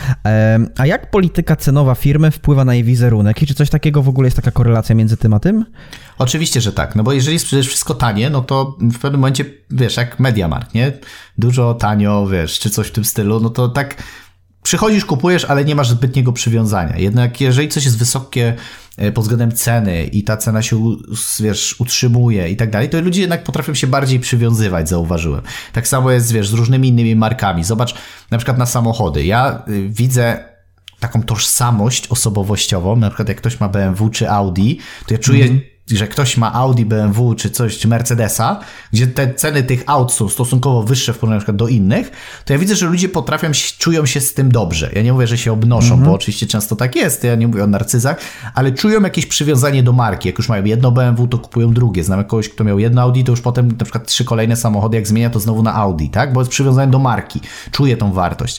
Speaker 1: A jak polityka cenowa firmy wpływa na jej wizerunek? I czy coś takiego w ogóle jest taka korelacja między tym a tym?
Speaker 2: Oczywiście, że tak, no bo jeżeli sprzedajesz wszystko tanie, no to w pewnym momencie, wiesz, jak MediaMarkt, nie? Dużo tanio, wiesz, czy coś w tym stylu, no to tak... Przychodzisz, kupujesz, ale nie masz zbytniego przywiązania. Jednak jeżeli coś jest wysokie pod względem ceny i ta cena się, wiesz, utrzymuje i tak dalej, to ludzie jednak potrafią się bardziej przywiązywać, zauważyłem. Tak samo jest, wiesz, z różnymi innymi markami. Zobacz, na przykład na samochody. Ja widzę taką tożsamość osobowościową, na przykład jak ktoś ma B M W czy Audi, to ja czuję... Mm. że ktoś ma Audi, B M W czy coś, czy Mercedesa, gdzie te ceny tych aut są stosunkowo wyższe w porównaniu na przykład do innych, to ja widzę, że ludzie potrafią, czują się z tym dobrze. Ja nie mówię, że się obnoszą, mm-hmm. bo oczywiście często tak jest, ja nie mówię o narcyzach, ale czują jakieś przywiązanie do marki. Jak już mają jedno B M W, to kupują drugie. Znam kogoś, kto miał jedno Audi, to już potem na przykład trzy kolejne samochody, jak zmienia, to znowu na Audi, tak? Bo jest przywiązanie do marki. Czuje tą wartość.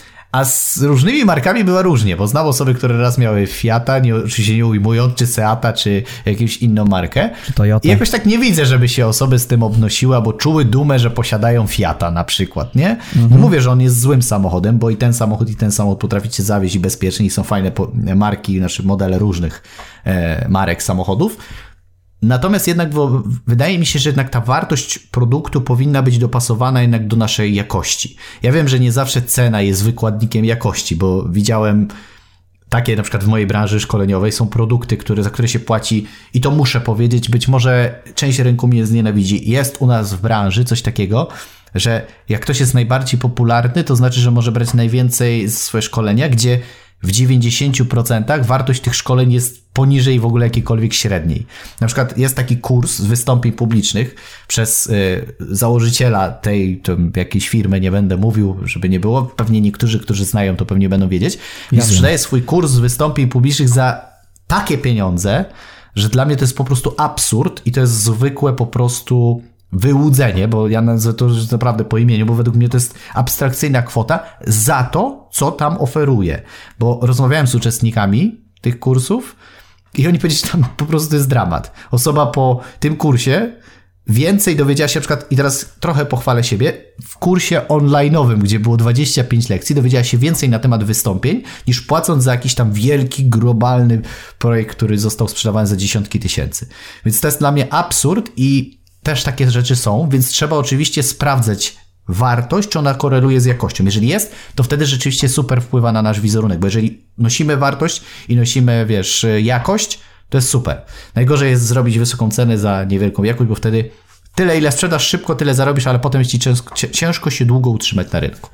Speaker 2: A z różnymi markami była różnie, bo znam osoby, które raz miały Fiata, nie, oczywiście nie ujmując, czy Seata, czy jakąś inną markę.
Speaker 1: Czy Toyota.
Speaker 2: I jakoś tak nie widzę, żeby się osoby z tym obnosiły, bo czuły dumę, że posiadają Fiata na przykład, nie? Mhm. Nie mówię, że on jest złym samochodem, bo i ten samochód, i ten samochód potraficie zawieźć i bezpiecznie, i są fajne marki, znaczy modele różnych e, marek samochodów. Natomiast jednak bo, wydaje mi się, że jednak ta wartość produktu powinna być dopasowana jednak do naszej jakości. Ja wiem, że nie zawsze cena jest wykładnikiem jakości, bo widziałem takie na przykład w mojej branży szkoleniowej są produkty, które, za które się płaci i to muszę powiedzieć, być może część rynku mnie znienawidzi. Jest u nas w branży coś takiego, że jak ktoś jest najbardziej popularny, to znaczy, że może brać najwięcej z swoje szkolenia, gdzie w dziewięćdziesiąt procent wartość tych szkoleń jest poniżej w ogóle jakiejkolwiek średniej. Na przykład jest taki kurs wystąpień publicznych przez y, założyciela tej to jakiejś firmy, nie będę mówił, żeby nie było, pewnie niektórzy, którzy znają, to pewnie będą wiedzieć, i ja sprzedaje swój kurs wystąpień publicznych za takie pieniądze, że dla mnie to jest po prostu absurd i to jest zwykłe po prostu wyłudzenie, bo ja nazwę to już naprawdę po imieniu, bo według mnie to jest abstrakcyjna kwota za to, co tam oferuje. Bo rozmawiałem z uczestnikami tych kursów i oni powiedzieli, że tam po prostu jest dramat. Osoba po tym kursie więcej dowiedziała się, na przykład, i teraz trochę pochwalę siebie, w kursie online'owym, gdzie było dwadzieścia pięć lekcji, dowiedziała się więcej na temat wystąpień, niż płacąc za jakiś tam wielki, globalny projekt, który został sprzedawany za dziesiątki tysięcy. Więc to jest dla mnie absurd i też takie rzeczy są, więc trzeba oczywiście sprawdzać wartość, czy ona koreluje z jakością. Jeżeli jest, to wtedy rzeczywiście super wpływa na nasz wizerunek, bo jeżeli nosimy wartość i nosimy, wiesz, jakość, to jest super. Najgorzej jest zrobić wysoką cenę za niewielką jakość, bo wtedy tyle, ile sprzedasz szybko, tyle zarobisz, ale potem jest ci ciężko, ciężko się długo utrzymać na rynku.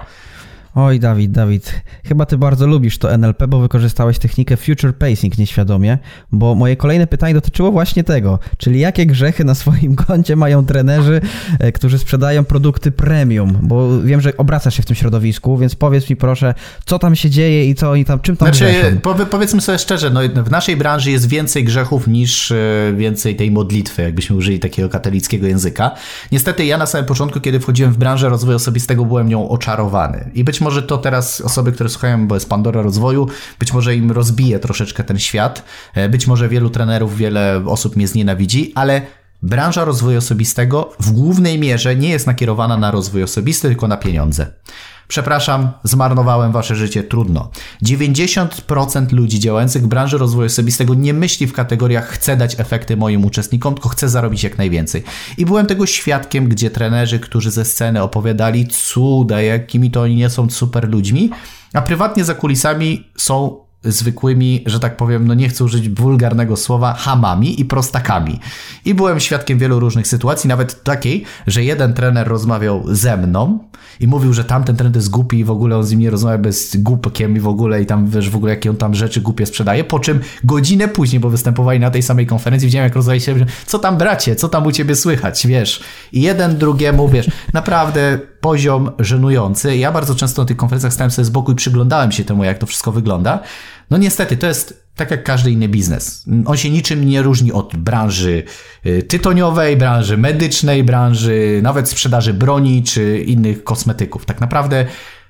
Speaker 1: Oj, Dawid, Dawid, chyba ty bardzo lubisz to N L P, bo wykorzystałeś technikę future pacing nieświadomie, bo moje kolejne pytanie dotyczyło właśnie tego, czyli jakie grzechy na swoim koncie mają trenerzy, którzy sprzedają produkty premium, bo wiem, że obracasz się w tym środowisku, więc powiedz mi proszę, co tam się dzieje i co oni tam, czym tam
Speaker 2: znaczy,
Speaker 1: grzeszą?
Speaker 2: Powie, powiedzmy sobie szczerze, no, w naszej branży jest więcej grzechów niż więcej tej modlitwy, jakbyśmy użyli takiego katolickiego języka. Niestety ja na samym początku, kiedy wchodziłem w branżę rozwoju osobistego, byłem nią oczarowany i być może to teraz osoby, które słuchają, bo jest Pandora Rozwoju, być może im rozbije troszeczkę ten świat, być może wielu trenerów, wiele osób mnie znienawidzi, ale branża rozwoju osobistego w głównej mierze nie jest nakierowana na rozwój osobisty, tylko na pieniądze. Przepraszam, zmarnowałem wasze życie, trudno. dziewięćdziesiąt procent ludzi działających w branży rozwoju osobistego nie myśli w kategoriach chcę dać efekty moim uczestnikom, tylko chcę zarobić jak najwięcej. I byłem tego świadkiem, gdzie trenerzy, którzy ze sceny opowiadali cuda, jakimi to oni nie są super ludźmi, a prywatnie za kulisami są zwykłymi, że tak powiem, no nie chcę użyć wulgarnego słowa, chamami i prostakami. I byłem świadkiem wielu różnych sytuacji, nawet takiej, że jeden trener rozmawiał ze mną i mówił, że tamten trener jest głupi i w ogóle on z nim nie rozmawia, bez głupkiem i w ogóle i tam wiesz w ogóle jakie on tam rzeczy głupie sprzedaje, po czym godzinę później, bo występowali na tej samej konferencji, widziałem jak rozmawiali się, co tam bracie, co tam u ciebie słychać, wiesz. I jeden drugiemu, wiesz, naprawdę poziom żenujący. Ja bardzo często na tych konferencjach stałem sobie z boku i przyglądałem się temu, jak to wszystko wygląda. No niestety, to jest tak jak każdy inny biznes. On się niczym nie różni od branży tytoniowej, branży medycznej, branży nawet sprzedaży broni czy innych kosmetyków. Tak naprawdę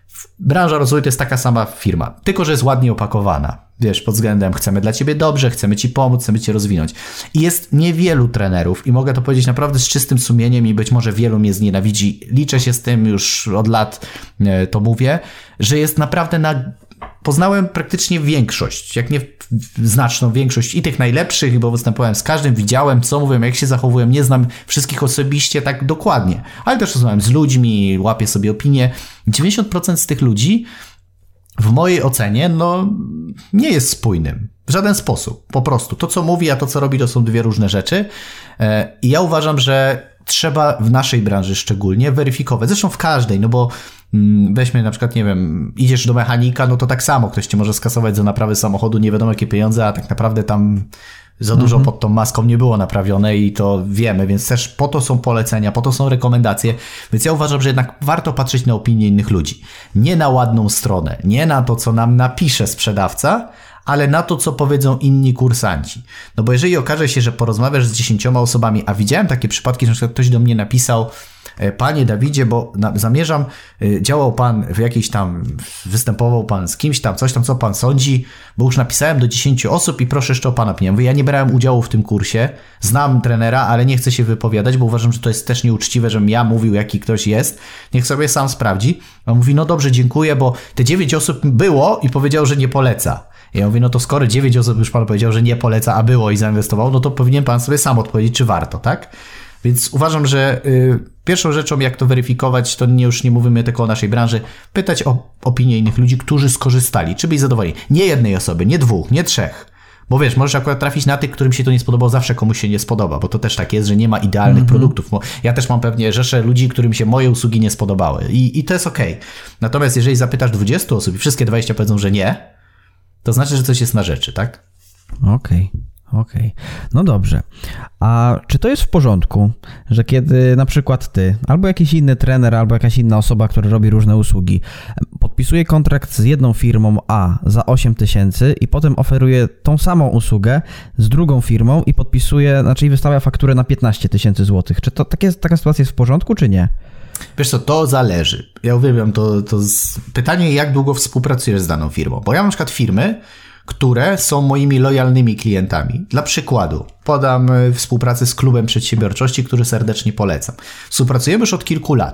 Speaker 2: branża rozwoju to jest taka sama firma, tylko że jest ładnie opakowana. Wiesz, pod względem chcemy dla ciebie dobrze, chcemy ci pomóc, chcemy cię rozwinąć. I jest niewielu trenerów i mogę to powiedzieć naprawdę z czystym sumieniem i być może wielu mnie znienawidzi. Liczę się z tym, już od lat to mówię, że jest naprawdę na... Poznałem praktycznie większość, jak nie znaczną większość i tych najlepszych, bo występowałem z każdym, widziałem co mówią, jak się zachowują, nie znam wszystkich osobiście tak dokładnie, ale też rozmawiam z ludźmi, łapię sobie opinie. dziewięćdziesiąt procent z tych ludzi w mojej ocenie no nie jest spójnym w żaden sposób, po prostu. To co mówi, a to co robi to są dwie różne rzeczy i ja uważam, że trzeba w naszej branży szczególnie weryfikować, zresztą w każdej, no bo weźmy na przykład, nie wiem, idziesz do mechanika, no to tak samo, ktoś cię może skasować za naprawę samochodu, nie wiadomo jakie pieniądze, a tak naprawdę tam za dużo mhm. pod tą maską nie było naprawione i to wiemy, więc też po to są polecenia, po to są rekomendacje, więc ja uważam, że jednak warto patrzeć na opinie innych ludzi. Nie na ładną stronę, nie na to, co nam napisze sprzedawca, ale na to, co powiedzą inni kursanci. No bo jeżeli okaże się, że porozmawiasz z dziesięcioma osobami, a widziałem takie przypadki, że na przykład ktoś do mnie napisał: panie Dawidzie, bo na, zamierzam, działał pan w jakiejś tam, występował pan z kimś tam, coś tam, co pan sądzi, bo już napisałem do dziesięciu osób i proszę jeszcze o pana opinię. Mówię, ja nie brałem udziału w tym kursie, znam trenera, ale nie chcę się wypowiadać, bo uważam, że to jest też nieuczciwe, żebym ja mówił, jaki ktoś jest. Niech sobie sam sprawdzi. On mówi, no dobrze, dziękuję, bo te dziewięć osób było i powiedział, że nie poleca. Ja mówię, no to skoro dziewięć osób już pan powiedział, że nie poleca, a było i zainwestował, no to powinien pan sobie sam odpowiedzieć, czy warto, tak? Więc uważam, że y, pierwszą rzeczą, jak to weryfikować, to nie, już nie mówimy tylko o naszej branży, pytać o opinię innych ludzi, którzy skorzystali, czy byli zadowoleni. Nie jednej osoby, nie dwóch, nie trzech. Bo wiesz, możesz akurat trafić na tych, którym się to nie spodobało, zawsze komuś się nie spodoba, bo to też tak jest, że nie ma idealnych mm-hmm. produktów. Ja też mam pewnie rzeszę ludzi, którym się moje usługi nie spodobały i, i to jest okej. Okay. Natomiast jeżeli zapytasz dwadzieścia osób i wszystkie dwadzieścia powiedzą, że nie, to znaczy, że coś jest na rzeczy, tak?
Speaker 1: Okej. Okay. Okej, okay. No dobrze. A czy to jest w porządku, że kiedy na przykład ty, albo jakiś inny trener, albo jakaś inna osoba, która robi różne usługi, podpisuje kontrakt z jedną firmą A za osiem tysięcy i potem oferuje tą samą usługę z drugą firmą i podpisuje, znaczy i wystawia fakturę na piętnaście tysięcy złotych. Czy to takie, taka sytuacja jest w porządku, czy nie?
Speaker 2: Wiesz co, to zależy. Ja uwielbiam to, to z... pytanie, jak długo współpracujesz z daną firmą. Bo ja mam na przykład firmy, które są moimi lojalnymi klientami. Dla przykładu podam współpracę z Klubem Przedsiębiorczości, który serdecznie polecam. Współpracujemy już od kilku lat.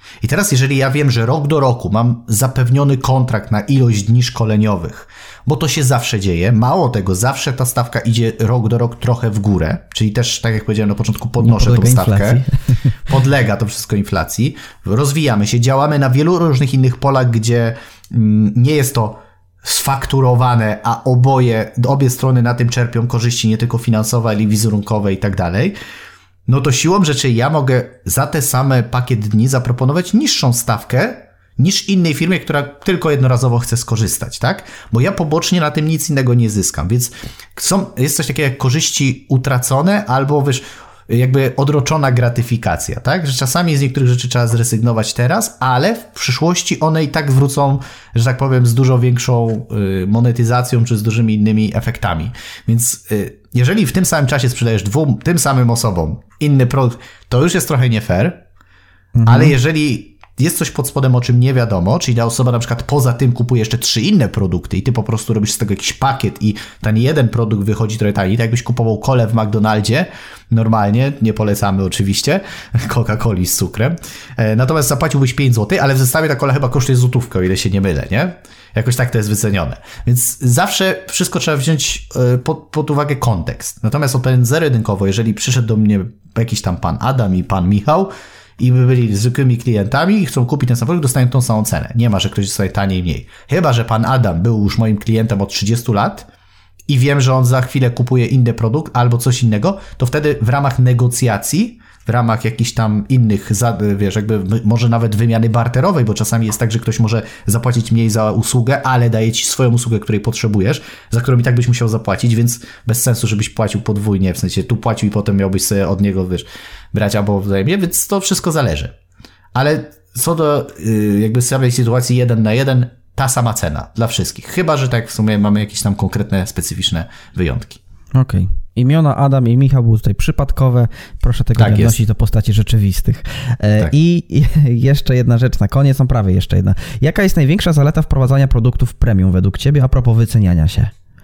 Speaker 2: I teraz jeżeli ja wiem, że rok do roku mam zapewniony kontrakt na ilość dni szkoleniowych, bo to się zawsze dzieje, mało tego, zawsze ta stawka idzie rok do roku trochę w górę, czyli też, tak jak powiedziałem na początku, podnoszę tą stawkę, inflacji. Podlega to wszystko inflacji, rozwijamy się, działamy na wielu różnych innych polach, gdzie nie jest to sfakturowane, a oboje, obie strony na tym czerpią korzyści nie tylko finansowe, ale i wizerunkowe i tak dalej, no to siłą rzeczy ja mogę za te same pakiet dni zaproponować niższą stawkę niż innej firmie, która tylko jednorazowo chce skorzystać, tak? Bo ja pobocznie na tym nic innego nie zyskam, więc są, jest coś takiego jak korzyści utracone albo wiesz, jakby odroczona gratyfikacja, tak? Że czasami z niektórych rzeczy trzeba zrezygnować teraz, ale w przyszłości one i tak wrócą, że tak powiem, z dużo większą monetyzacją czy z dużymi innymi efektami. Więc jeżeli w tym samym czasie sprzedajesz dwóm, tym samym osobom inny produkt, to już jest trochę nie fair, mhm. ale jeżeli jest coś pod spodem, o czym nie wiadomo, czyli ta osoba na przykład poza tym kupuje jeszcze trzy inne produkty i ty po prostu robisz z tego jakiś pakiet i ten jeden produkt wychodzi trochę taniej, tak jakbyś kupował kolę w McDonaldzie, normalnie, nie polecamy oczywiście, Coca-Coli z cukrem, natomiast zapłaciłbyś pięć złotych, ale w zestawie ta kola chyba kosztuje złotówkę, o ile się nie mylę, nie? Jakoś tak to jest wycenione. Więc zawsze wszystko trzeba wziąć pod, pod uwagę kontekst. Natomiast o ten zero-jedynkowo, jeżeli przyszedł do mnie jakiś tam pan Adam i pan Michał, i my byli zwykłymi klientami i chcą kupić ten sam produkt, dostają tą samą cenę. Nie ma, że ktoś dostaje taniej, mniej. Chyba że pan Adam był już moim klientem od trzydziestu lat i wiem, że on za chwilę kupuje inny produkt albo coś innego, to wtedy w ramach negocjacji, w ramach jakichś tam innych, wiesz, jakby może nawet wymiany barterowej, bo czasami jest tak, że ktoś może zapłacić mniej za usługę, ale daje ci swoją usługę, której potrzebujesz, za którą i tak byś musiał zapłacić, więc bez sensu, żebyś płacił podwójnie, w sensie tu płacił i potem miałbyś sobie od niego, wiesz, brać albo wzajemnie, więc to wszystko zależy. Ale co do jakby samej sytuacji jeden na jeden, ta sama cena dla wszystkich. Chyba że tak w sumie mamy jakieś tam konkretne, specyficzne wyjątki.
Speaker 1: Okej. Okay. Imiona Adam i Michał były tutaj przypadkowe. Proszę tego tak nie odnosić do postaci rzeczywistych. Tak. I jeszcze jedna rzecz na koniec, no prawie jeszcze jedna. Jaka jest największa zaleta wprowadzania produktów premium według ciebie a propos wyceniania się?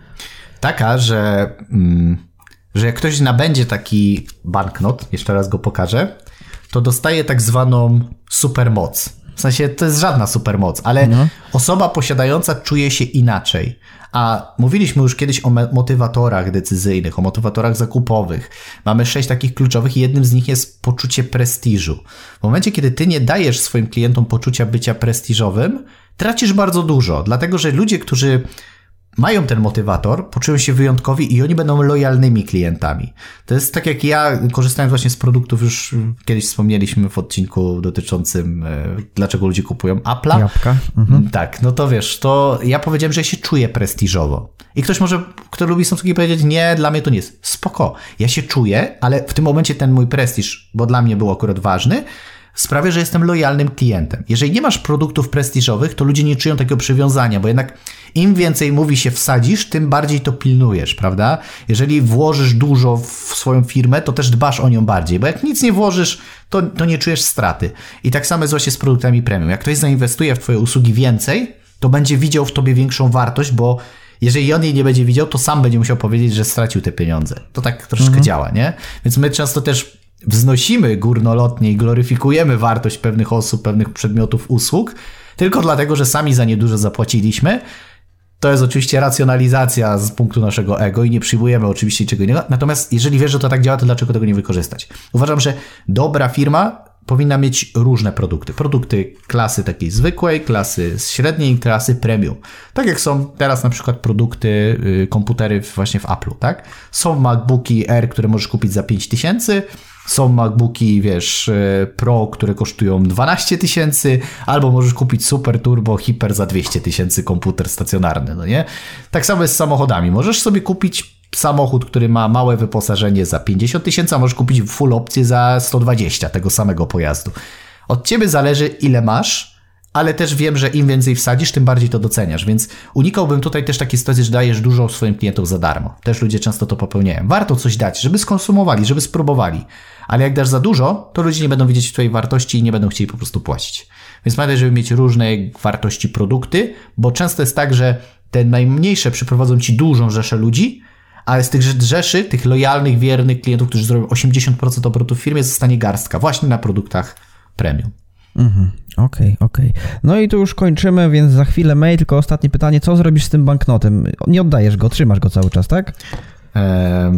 Speaker 2: Taka, że, mm, że jak ktoś nabędzie taki banknot, jeszcze raz go pokażę, to dostaje tak zwaną supermoc. W sensie to jest żadna supermoc, ale no. Osoba posiadająca czuje się inaczej. A mówiliśmy już kiedyś o motywatorach decyzyjnych, o motywatorach zakupowych. Mamy sześć takich kluczowych i jednym z nich jest poczucie prestiżu. W momencie, kiedy ty nie dajesz swoim klientom poczucia bycia prestiżowym, tracisz bardzo dużo, dlatego że ludzie, którzy mają ten motywator, poczują się wyjątkowi i oni będą lojalnymi klientami. To jest tak jak ja, korzystając właśnie z produktów, już kiedyś wspomnieliśmy w odcinku dotyczącym e, dlaczego ludzie kupują Apple'a.
Speaker 1: Jabłka. Mhm.
Speaker 2: Tak, no to wiesz, to ja powiedziałem, że ja się czuję prestiżowo. I ktoś może, kto lubi Samsungi, powiedzieć, nie, dla mnie to nie jest. Spoko, ja się czuję, ale w tym momencie ten mój prestiż, bo dla mnie był akurat ważny, sprawia, że jestem lojalnym klientem. Jeżeli nie masz produktów prestiżowych, to ludzie nie czują takiego przywiązania, bo jednak im więcej mówi się wsadzisz, tym bardziej to pilnujesz, prawda? Jeżeli włożysz dużo w swoją firmę, to też dbasz o nią bardziej, bo jak nic nie włożysz, to, to nie czujesz straty. I tak samo jest właśnie z produktami premium. Jak ktoś zainwestuje w twoje usługi więcej, to będzie widział w tobie większą wartość, bo jeżeli on jej nie będzie widział, to sam będzie musiał powiedzieć, że stracił te pieniądze. To tak troszeczkę mhm. działa, nie? Więc my często też wznosimy górnolotnie i gloryfikujemy wartość pewnych osób, pewnych przedmiotów, usług, tylko dlatego, że sami za nie dużo zapłaciliśmy. To jest oczywiście racjonalizacja z punktu naszego ego i nie przyjmujemy oczywiście niczego innego. Natomiast jeżeli wiesz, że to tak działa, to dlaczego tego nie wykorzystać? Uważam, że dobra firma powinna mieć różne produkty. Produkty klasy takiej zwykłej, klasy średniej, klasy premium. Tak jak są teraz na przykład produkty, yy, komputery właśnie w Apple'u, tak? Są MacBooki Air, które możesz kupić za pięć tysięcy, są MacBooki, wiesz, Pro, które kosztują dwanaście tysięcy, albo możesz kupić super turbo hiper za dwieście tysięcy komputer stacjonarny, no nie? Tak samo jest z samochodami. Możesz sobie kupić samochód, który ma małe wyposażenie za pięćdziesiąt tysięcy, a możesz kupić full opcję za sto dwadzieścia tego samego pojazdu. Od ciebie zależy, ile masz, ale też wiem, że im więcej wsadzisz, tym bardziej to doceniasz, więc unikałbym tutaj też takiej sytuacji, że dajesz dużo swoim klientom za darmo. Też ludzie często to popełniają. Warto coś dać, żeby skonsumowali, żeby spróbowali, ale jak dasz za dużo, to ludzie nie będą widzieć twojej wartości i nie będą chcieli po prostu płacić. Więc pamiętaj, żeby mieć różne wartości produkty, bo często jest tak, że te najmniejsze przyprowadzą ci dużą rzeszę ludzi, ale z tych rzeszy, tych lojalnych, wiernych klientów, którzy zrobią osiemdziesiąt procent obrotów w firmie, zostanie garstka właśnie na produktach premium.
Speaker 1: Mhm. Okej, okay, okej. Okay. No i tu już kończymy, więc za chwilę mail, tylko ostatnie pytanie, co zrobisz z tym banknotem? Nie oddajesz go, trzymasz go cały czas, tak?
Speaker 2: Eee,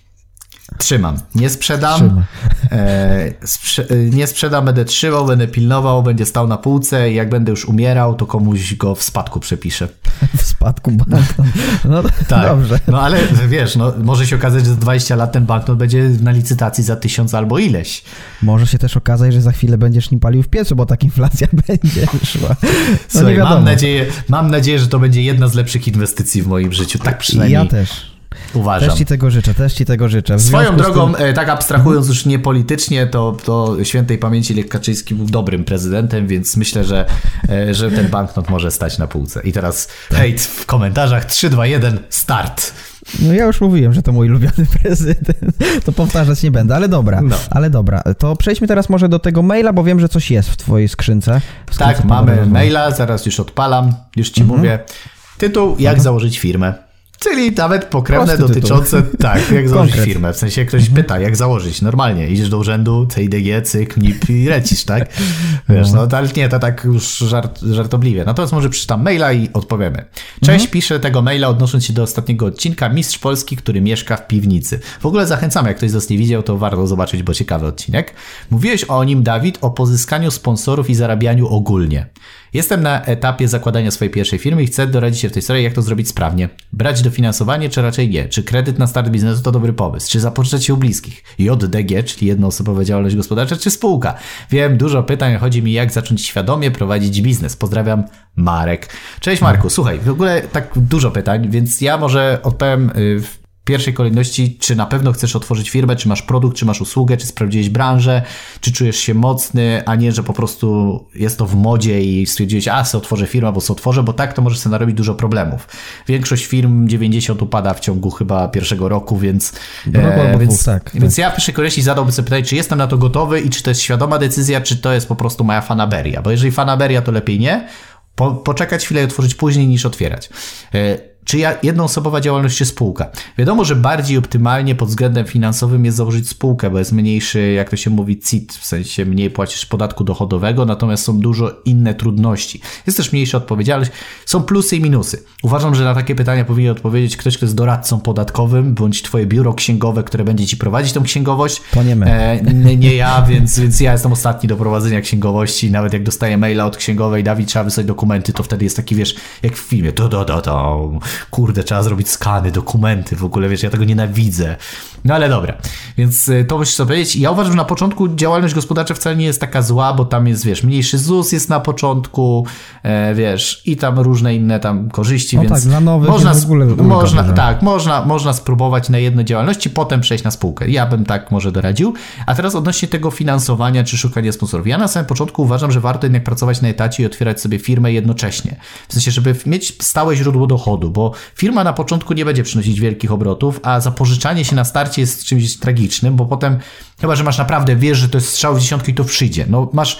Speaker 2: trzymam. Nie sprzedam. Eee, sprze- nie sprzedam, będę trzymał, będę pilnował, będzie stał na półce i jak będę już umierał, to komuś go w spadku przepiszę.
Speaker 1: W spadku banknot. No
Speaker 2: tak,
Speaker 1: dobrze.
Speaker 2: No ale wiesz, no, może się okazać, że za dwadzieścia lat ten banknot będzie na licytacji za tysiąc albo ileś.
Speaker 1: Może się też okazać, że za chwilę będziesz nim palił w piecu, bo tak inflacja będzie szła. No
Speaker 2: Słuchaj, mam nadzieję, mam nadzieję, że to będzie jedna z lepszych inwestycji w moim życiu. Tak przynajmniej.
Speaker 1: Ja też.
Speaker 2: Uważam.
Speaker 1: Też ci tego życzę, też ci tego życzę. W
Speaker 2: Swoją drogą,
Speaker 1: tym...
Speaker 2: tak abstrahując już nie politycznie, to, to świętej pamięci Lech Kaczyński był dobrym prezydentem, więc myślę, że, że ten banknot może stać na półce. I teraz tak. Hejt w komentarzach, trzy, dwa, jeden, start.
Speaker 1: No ja już mówiłem, że to mój ulubiony prezydent, to powtarzać nie będę, ale dobra, no. ale dobra, to przejdźmy teraz może do tego maila, bo wiem, że coś jest w twojej skrzynce. W skrzynce
Speaker 2: tak, mamy maila, zaraz już odpalam, już ci mhm. mówię. Tytuł, jak mhm. założyć firmę. Czyli nawet pokrewne Prosty dotyczące, tytuł. tak, jak założyć Konkret. firmę. W sensie ktoś mhm. pyta, jak założyć. Normalnie, idziesz do urzędu, C I D G, cyk, M I P i lecisz, tak? Wiesz, no ale nie, to tak już żart, żartobliwie. Natomiast może przeczytam maila i odpowiemy. Cześć, mhm. piszę tego maila odnosząc się do ostatniego odcinka Mistrz Polski, który mieszka w piwnicy. W ogóle zachęcam, jak ktoś z nas nie widział, to warto zobaczyć, bo ciekawy odcinek. Mówiłeś o nim, Dawid, o pozyskaniu sponsorów i zarabianiu ogólnie. Jestem na etapie zakładania swojej pierwszej firmy i chcę doradzić się w tej sprawie, jak to zrobić sprawnie. Brać dofinansowanie, czy raczej nie? Czy kredyt na start biznesu to dobry pomysł? Czy zapożyczać się u bliskich? J D G, czyli jednoosobowa działalność gospodarcza, czy spółka? Wiem, dużo pytań, chodzi mi jak zacząć świadomie prowadzić biznes. Pozdrawiam, Marek. Cześć Marku, słuchaj, w ogóle tak dużo pytań, więc ja może odpowiem w W pierwszej kolejności, czy na pewno chcesz otworzyć firmę, czy masz produkt, czy masz usługę, czy sprawdziłeś branżę, czy czujesz się mocny, a nie, że po prostu jest to w modzie i stwierdziłeś, a se otworzę firmę, bo se otworzę, bo tak to możesz sobie narobić dużo problemów. Większość firm, dziewięćdziesiąt upada w ciągu chyba pierwszego roku, więc, e, więc, tak, więc tak. ja w pierwszej kolejności zadałbym sobie pytanie, czy jestem na to gotowy i czy to jest świadoma decyzja, czy to jest po prostu moja fanaberia, bo jeżeli fanaberia, to lepiej nie, po, poczekać chwilę i otworzyć później niż otwierać. E, Czy ja, jednoosobowa działalność czy spółka? Wiadomo, że bardziej optymalnie pod względem finansowym jest założyć spółkę, bo jest mniejszy, jak to się mówi, C I T, w sensie mniej płacisz podatku dochodowego, natomiast są dużo inne trudności. Jest też mniejsza odpowiedzialność. Są plusy i minusy. Uważam, że na takie pytania powinien odpowiedzieć ktoś, kto jest doradcą podatkowym, bądź twoje biuro księgowe, które będzie ci prowadzić tą księgowość.
Speaker 1: To nie my.
Speaker 2: E, nie, nie ja, więc, więc ja jestem ostatni do prowadzenia księgowości. Nawet jak dostaję maila od księgowej, Dawid, trzeba wysłać dokumenty, to wtedy jest taki, wiesz, jak w filmie, to, to, to, to. Kurde, trzeba zrobić skany, dokumenty, w ogóle, wiesz, ja tego nienawidzę. No ale dobra, więc to musisz sobie powiedzieć. Ja uważam, że na początku działalność gospodarcza wcale nie jest taka zła, bo tam jest, wiesz, mniejszy Z U S jest na początku, e, wiesz, i tam różne inne tam korzyści,
Speaker 1: no
Speaker 2: więc
Speaker 1: tak, dla nowych
Speaker 2: można,
Speaker 1: w ogóle
Speaker 2: można ulga, tak, można, można spróbować na jednej działalności, potem przejść na spółkę. Ja bym tak może doradził. A teraz odnośnie tego finansowania czy szukania sponsorów. Ja na samym początku uważam, że warto jednak pracować na etacie i otwierać sobie firmę jednocześnie. W sensie, żeby mieć stałe źródło dochodu, bo firma na początku nie będzie przynosić wielkich obrotów, a zapożyczanie się na starcie jest czymś tragicznym, bo potem, chyba że masz naprawdę, wiesz, że to jest strzał w dziesiątkę i to przyjdzie. No masz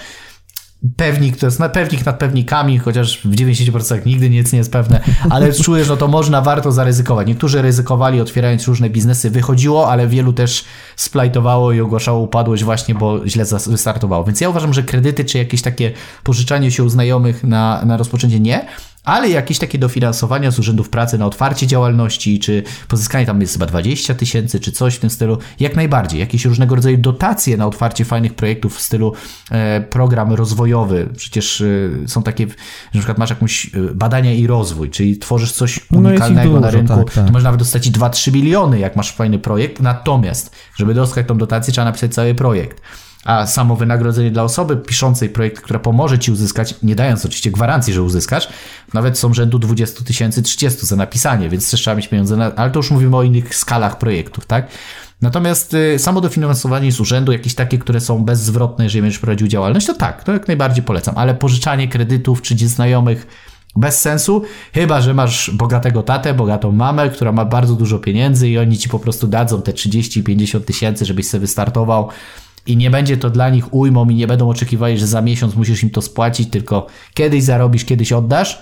Speaker 2: pewnik, to jest pewnik nad pewnikami, chociaż w dziewięćdziesięciu procentach nigdy nic nie jest pewne, ale czujesz, no to można, warto zaryzykować. Niektórzy ryzykowali otwierając różne biznesy, wychodziło, ale wielu też splajtowało i ogłaszało upadłość właśnie, bo źle wystartowało. Więc ja uważam, że kredyty czy jakieś takie pożyczanie się u znajomych na, na rozpoczęcie nie, ale jakieś takie dofinansowania z urzędów pracy na otwarcie działalności, czy pozyskanie tam jest chyba dwadzieścia tysięcy, czy coś w tym stylu, jak najbardziej. Jakieś różnego rodzaju dotacje na otwarcie fajnych projektów w stylu e, program rozwojowy. Przecież e, są takie, że na przykład masz jakąś e, badania i rozwój, czyli tworzysz coś unikalnego no na rynku, tak, tak. to można nawet dostać dwa trzy miliony, jak masz fajny projekt. Natomiast, żeby dostać tą dotację, trzeba napisać cały projekt. A samo wynagrodzenie dla osoby piszącej projekt, która pomoże ci uzyskać, nie dając oczywiście gwarancji, że uzyskasz, nawet są rzędu dwadzieścia tysięcy, trzydzieści za napisanie, więc też trzeba mieć pieniądze, na, ale to już mówimy o innych skalach projektów, tak? Natomiast y, samo dofinansowanie z urzędu, jakieś takie, które są bezzwrotne, jeżeli będziesz prowadził działalność, to tak, to jak najbardziej polecam, ale pożyczanie kredytów czy znajomych bez sensu, chyba że masz bogatego tatę, bogatą mamę, która ma bardzo dużo pieniędzy i oni ci po prostu dadzą te trzydzieści pięćdziesiąt tysięcy, żebyś sobie wystartował. I nie będzie to dla nich ujmą i nie będą oczekiwali, że za miesiąc musisz im to spłacić, tylko kiedyś zarobisz, kiedyś oddasz,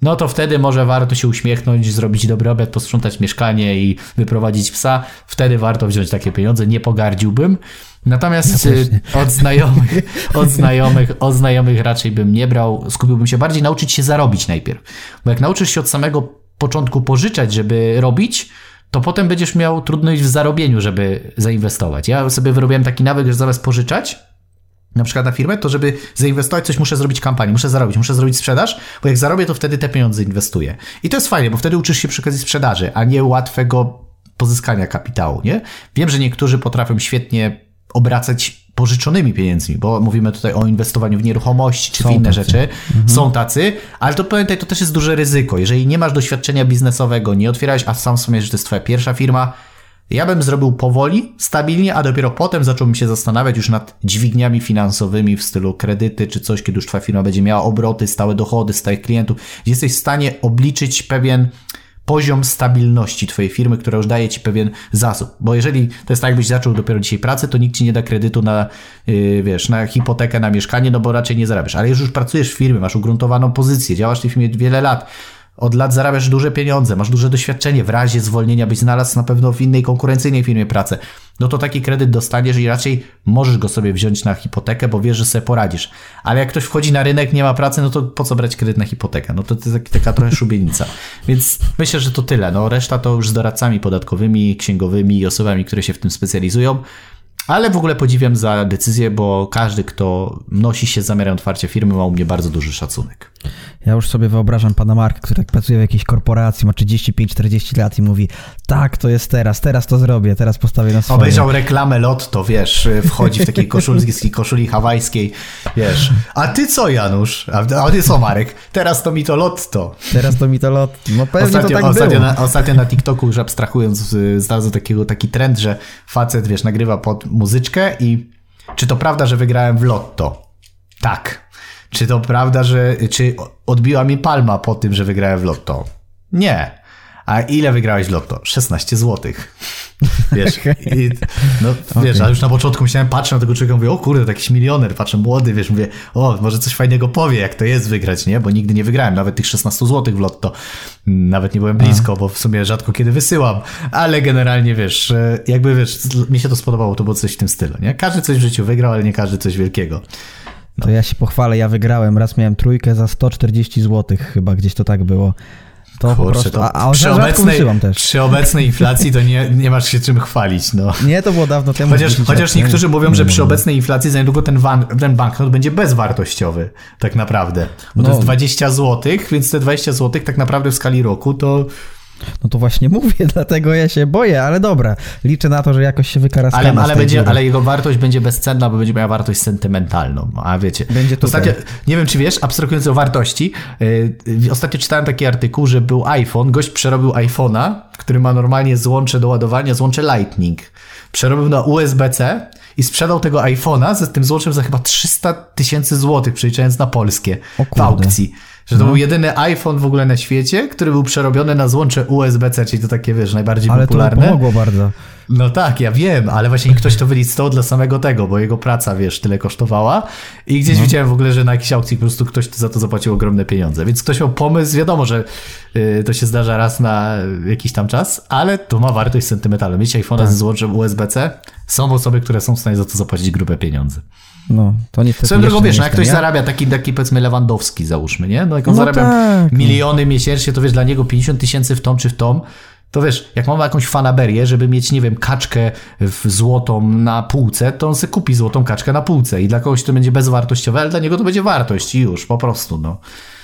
Speaker 2: no to wtedy może warto się uśmiechnąć, zrobić dobry obiad, posprzątać mieszkanie i wyprowadzić psa. Wtedy warto wziąć takie pieniądze, nie pogardziłbym. Natomiast no od znajomych, od znajomych, od znajomych raczej bym nie brał, skupiłbym się bardziej nauczyć się zarobić najpierw. Bo jak nauczysz się od samego początku pożyczać, żeby robić, to potem będziesz miał trudność w zarobieniu, żeby zainwestować. Ja sobie wyrobiłem taki nawyk, że zamiast pożyczać, na przykład na firmę, to żeby zainwestować coś, muszę zrobić kampanię, muszę zarobić, muszę zrobić sprzedaż, bo jak zarobię, to wtedy te pieniądze inwestuję. I to jest fajnie, bo wtedy uczysz się przy okazji sprzedaży, a nie łatwego pozyskania kapitału, nie? Wiem, że niektórzy potrafią świetnie obracać pożyczonymi pieniędzmi, bo mówimy tutaj o inwestowaniu w nieruchomości czy w inne tacy. rzeczy. Mhm. Są tacy, ale to pamiętaj, to też jest duże ryzyko. Jeżeli nie masz doświadczenia biznesowego, nie otwierałeś, a sam wspomniałeś, że to jest twoja pierwsza firma, ja bym zrobił powoli, stabilnie, a dopiero potem zacząłbym się zastanawiać już nad dźwigniami finansowymi w stylu kredyty czy coś, kiedy już twoja firma będzie miała obroty, stałe dochody, stałych klientów, gdzie jesteś w stanie obliczyć pewien poziom stabilności twojej firmy, która już daje ci pewien zasób. Bo jeżeli to jest tak, jakbyś zaczął dopiero dzisiaj pracę, to nikt ci nie da kredytu na, yy, wiesz, na hipotekę, na mieszkanie, no bo raczej nie zarabiasz. Ale jeżeli już pracujesz w firmie, masz ugruntowaną pozycję, działasz w tej firmie wiele lat, od lat zarabiasz duże pieniądze, masz duże doświadczenie, w razie zwolnienia byś znalazł na pewno w innej konkurencyjnej firmie pracę, no to taki kredyt dostaniesz i raczej możesz go sobie wziąć na hipotekę, bo wiesz, że sobie poradzisz. Ale jak ktoś wchodzi na rynek, nie ma pracy, no to po co brać kredyt na hipotekę? No to to jest taka trochę szubienica. Więc myślę, że to tyle. No reszta to już z doradcami podatkowymi, księgowymi i osobami, które się w tym specjalizują. Ale w ogóle podziwiam za decyzję, bo każdy, kto nosi się z zamiarem otwarcia firmy, ma u mnie bardzo duży szacunek.
Speaker 1: Ja już sobie wyobrażam pana Marka, który tak pracuje w jakiejś korporacji, ma trzydzieści pięć czterdzieści lat i mówi, tak, to jest teraz, teraz to zrobię, teraz postawię na swoje.
Speaker 2: Obejrzał reklamę Lotto, wiesz, wchodzi w takiej koszulskiej, koszuli hawajskiej, wiesz, a ty co, Janusz? A, a ty co, Marek? Teraz to mi to Lotto.
Speaker 1: Teraz to mi to Lotto. No pewnie
Speaker 2: ostatnio,
Speaker 1: to tak
Speaker 2: ostatnio
Speaker 1: było.
Speaker 2: Na, ostatnio na TikToku, już abstrahując, znalazłem takiego, taki trend, że facet, wiesz, nagrywa pod muzyczkę i czy to prawda, że wygrałem w Lotto? Tak. Czy to prawda, że czy odbiła mi palma po tym, że wygrałem w Lotto? Nie. A ile wygrałeś w Lotto? szesnaście złotych. Wiesz, i, no okay. Wiesz, a już na początku myślałem, patrzę na tego człowieka, mówię, o kurde, to jakiś milioner, patrzę, młody, wiesz, mówię, o, może coś fajnego powie, jak to jest wygrać, nie? Bo nigdy nie wygrałem nawet tych szesnaście złotych w Lotto. Nawet nie byłem blisko, a. bo w sumie rzadko kiedy wysyłam, ale generalnie, wiesz, jakby, wiesz, mi się to spodobało, to było coś w tym stylu, nie? Każdy coś w życiu wygrał, ale nie każdy coś wielkiego.
Speaker 1: No. To ja się pochwalę, ja wygrałem, raz miałem trójkę za sto czterdzieści złotych, chyba gdzieś to tak było. To Kurczę, po prostu, a, a przy, obecnej, też.
Speaker 2: przy obecnej inflacji to nie, nie masz się czym chwalić. No.
Speaker 1: Nie, to było dawno temu.
Speaker 2: Chociaż, chociaż niektórzy mówią, nie, że nie przy obecnej inflacji za niedługo ten, van, ten banknot będzie bezwartościowy, tak naprawdę. Bo no. to jest dwadzieścia złotych, więc te dwadzieścia złotych tak naprawdę w skali roku to...
Speaker 1: No to właśnie mówię, dlatego ja się boję, ale dobra, liczę na to, że jakoś się wykaraskamy.
Speaker 2: Ale, ale, będzie, ale jego wartość będzie bezcenna, bo będzie miała wartość sentymentalną, a wiecie.
Speaker 1: Będzie to
Speaker 2: ostatnio, nie wiem, czy wiesz, abstrahując o wartości, yy, ostatnio czytałem taki artykuł, że był iPhone, gość przerobił iPhone'a, który ma normalnie złącze do ładowania, złącze Lightning. Przerobił na U S B C i sprzedał tego iPhone'a z tym złączem za chyba trzysta tysięcy złotych, przeliczając na polskie, w aukcji. Że to no. był jedyny iPhone w ogóle na świecie, który był przerobiony na złącze U S B C, czyli to takie, wiesz, najbardziej
Speaker 1: ale
Speaker 2: popularne.
Speaker 1: Ale to pomogło bardzo.
Speaker 2: No tak, ja wiem, ale właśnie ktoś to wylistował dla samego tego, bo jego praca, wiesz, tyle kosztowała i gdzieś no. widziałem w ogóle, że na jakiejś aukcji po prostu ktoś za to zapłacił ogromne pieniądze. Więc ktoś miał pomysł, wiadomo, że y, to się zdarza raz na jakiś tam czas, ale to ma wartość sentymentalną. Mieć iPhone'a tak. ze złączem U S B C, są osoby, które są w stanie za to zapłacić grube pieniądze.
Speaker 1: No, to niestety.
Speaker 2: Swoją drogą, wiesz, no jak ktoś ja? zarabia, taki, taki powiedzmy Lewandowski, załóżmy, nie? No jak on no zarabia tak, miliony no. miesięcznie, to wiesz, dla niego pięćdziesiąt tysięcy w tom czy w tom, to wiesz, jak mamy jakąś fanaberię, żeby mieć, nie wiem, kaczkę w złotą na półce, to on sobie kupi złotą kaczkę na półce i dla kogoś to będzie bezwartościowe, ale dla niego to będzie wartość i już, po prostu, no.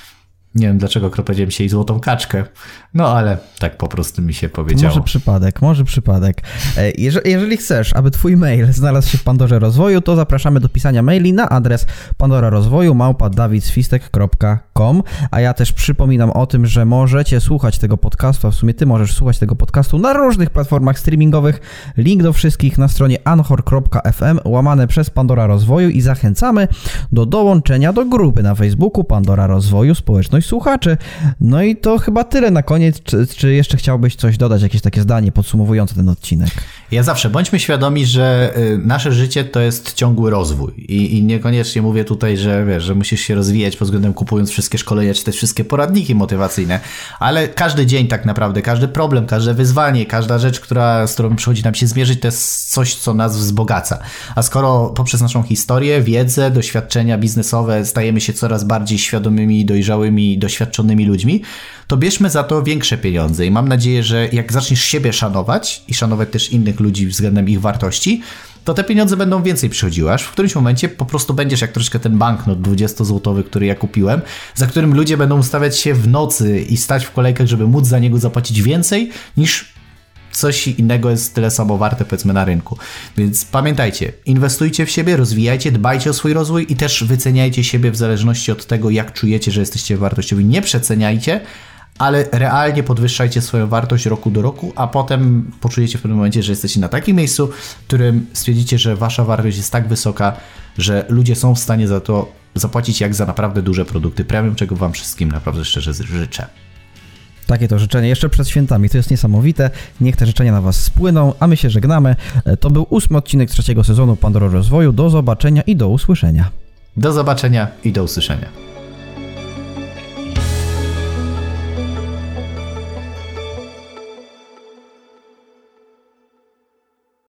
Speaker 2: Nie wiem, dlaczego akurat powiedziałem dzisiaj złotą kaczkę, no ale tak po prostu mi się powiedziało.
Speaker 1: Może przypadek, może przypadek. Jeżeli, jeżeli chcesz, aby twój mail znalazł się w Pandorze Rozwoju, to zapraszamy do pisania maili na adres pandorarozwoju małpa dawidswistek kropka com, a ja też przypominam o tym, że możecie słuchać tego podcastu, a w sumie ty możesz słuchać tego podcastu na różnych platformach streamingowych. Link do wszystkich na stronie anchor kropka f m łamane przez Pandora Rozwoju i zachęcamy do dołączenia do grupy na Facebooku Pandora Rozwoju Społeczność słuchaczy. No i to chyba tyle na koniec. Czy, czy jeszcze chciałbyś coś dodać, jakieś takie zdanie podsumowujące ten odcinek?
Speaker 2: Ja zawsze, bądźmy świadomi, że nasze życie to jest ciągły rozwój i, i niekoniecznie mówię tutaj, że wiesz, że musisz się rozwijać pod względem kupując wszystkie szkolenia, czy też wszystkie poradniki motywacyjne, ale każdy dzień tak naprawdę, każdy problem, każde wyzwanie, każda rzecz, która, z którą przychodzi nam się zmierzyć, to jest coś, co nas wzbogaca. A skoro poprzez naszą historię, wiedzę, doświadczenia biznesowe stajemy się coraz bardziej świadomymi, dojrzałymi, doświadczonymi ludźmi, to bierzmy za to większe pieniądze i mam nadzieję, że jak zaczniesz siebie szanować i szanować też innych ludzi względem ich wartości, to te pieniądze będą więcej przychodziły, aż w którymś momencie po prostu będziesz jak troszkę ten banknot dwudziestozłotowy, który ja kupiłem, za którym ludzie będą ustawiać się w nocy i stać w kolejkach, żeby móc za niego zapłacić więcej niż coś innego jest tyle samo warte, powiedzmy, na rynku. Więc pamiętajcie, inwestujcie w siebie, rozwijajcie, dbajcie o swój rozwój i też wyceniajcie siebie w zależności od tego, jak czujecie, że jesteście wartościowi. Nie przeceniajcie, ale realnie podwyższajcie swoją wartość roku do roku, a potem poczujecie w pewnym momencie, że jesteście na takim miejscu, w którym stwierdzicie, że wasza wartość jest tak wysoka, że ludzie są w stanie za to zapłacić jak za naprawdę duże produkty premium, czego wam wszystkim naprawdę szczerze życzę.
Speaker 1: Takie to życzenie jeszcze przed świętami, to jest niesamowite. Niech te życzenia na was spłyną, a my się żegnamy. To był ósmy odcinek trzeciego sezonu Pandory Rozwoju. Do zobaczenia i do usłyszenia.
Speaker 2: Do zobaczenia i do usłyszenia.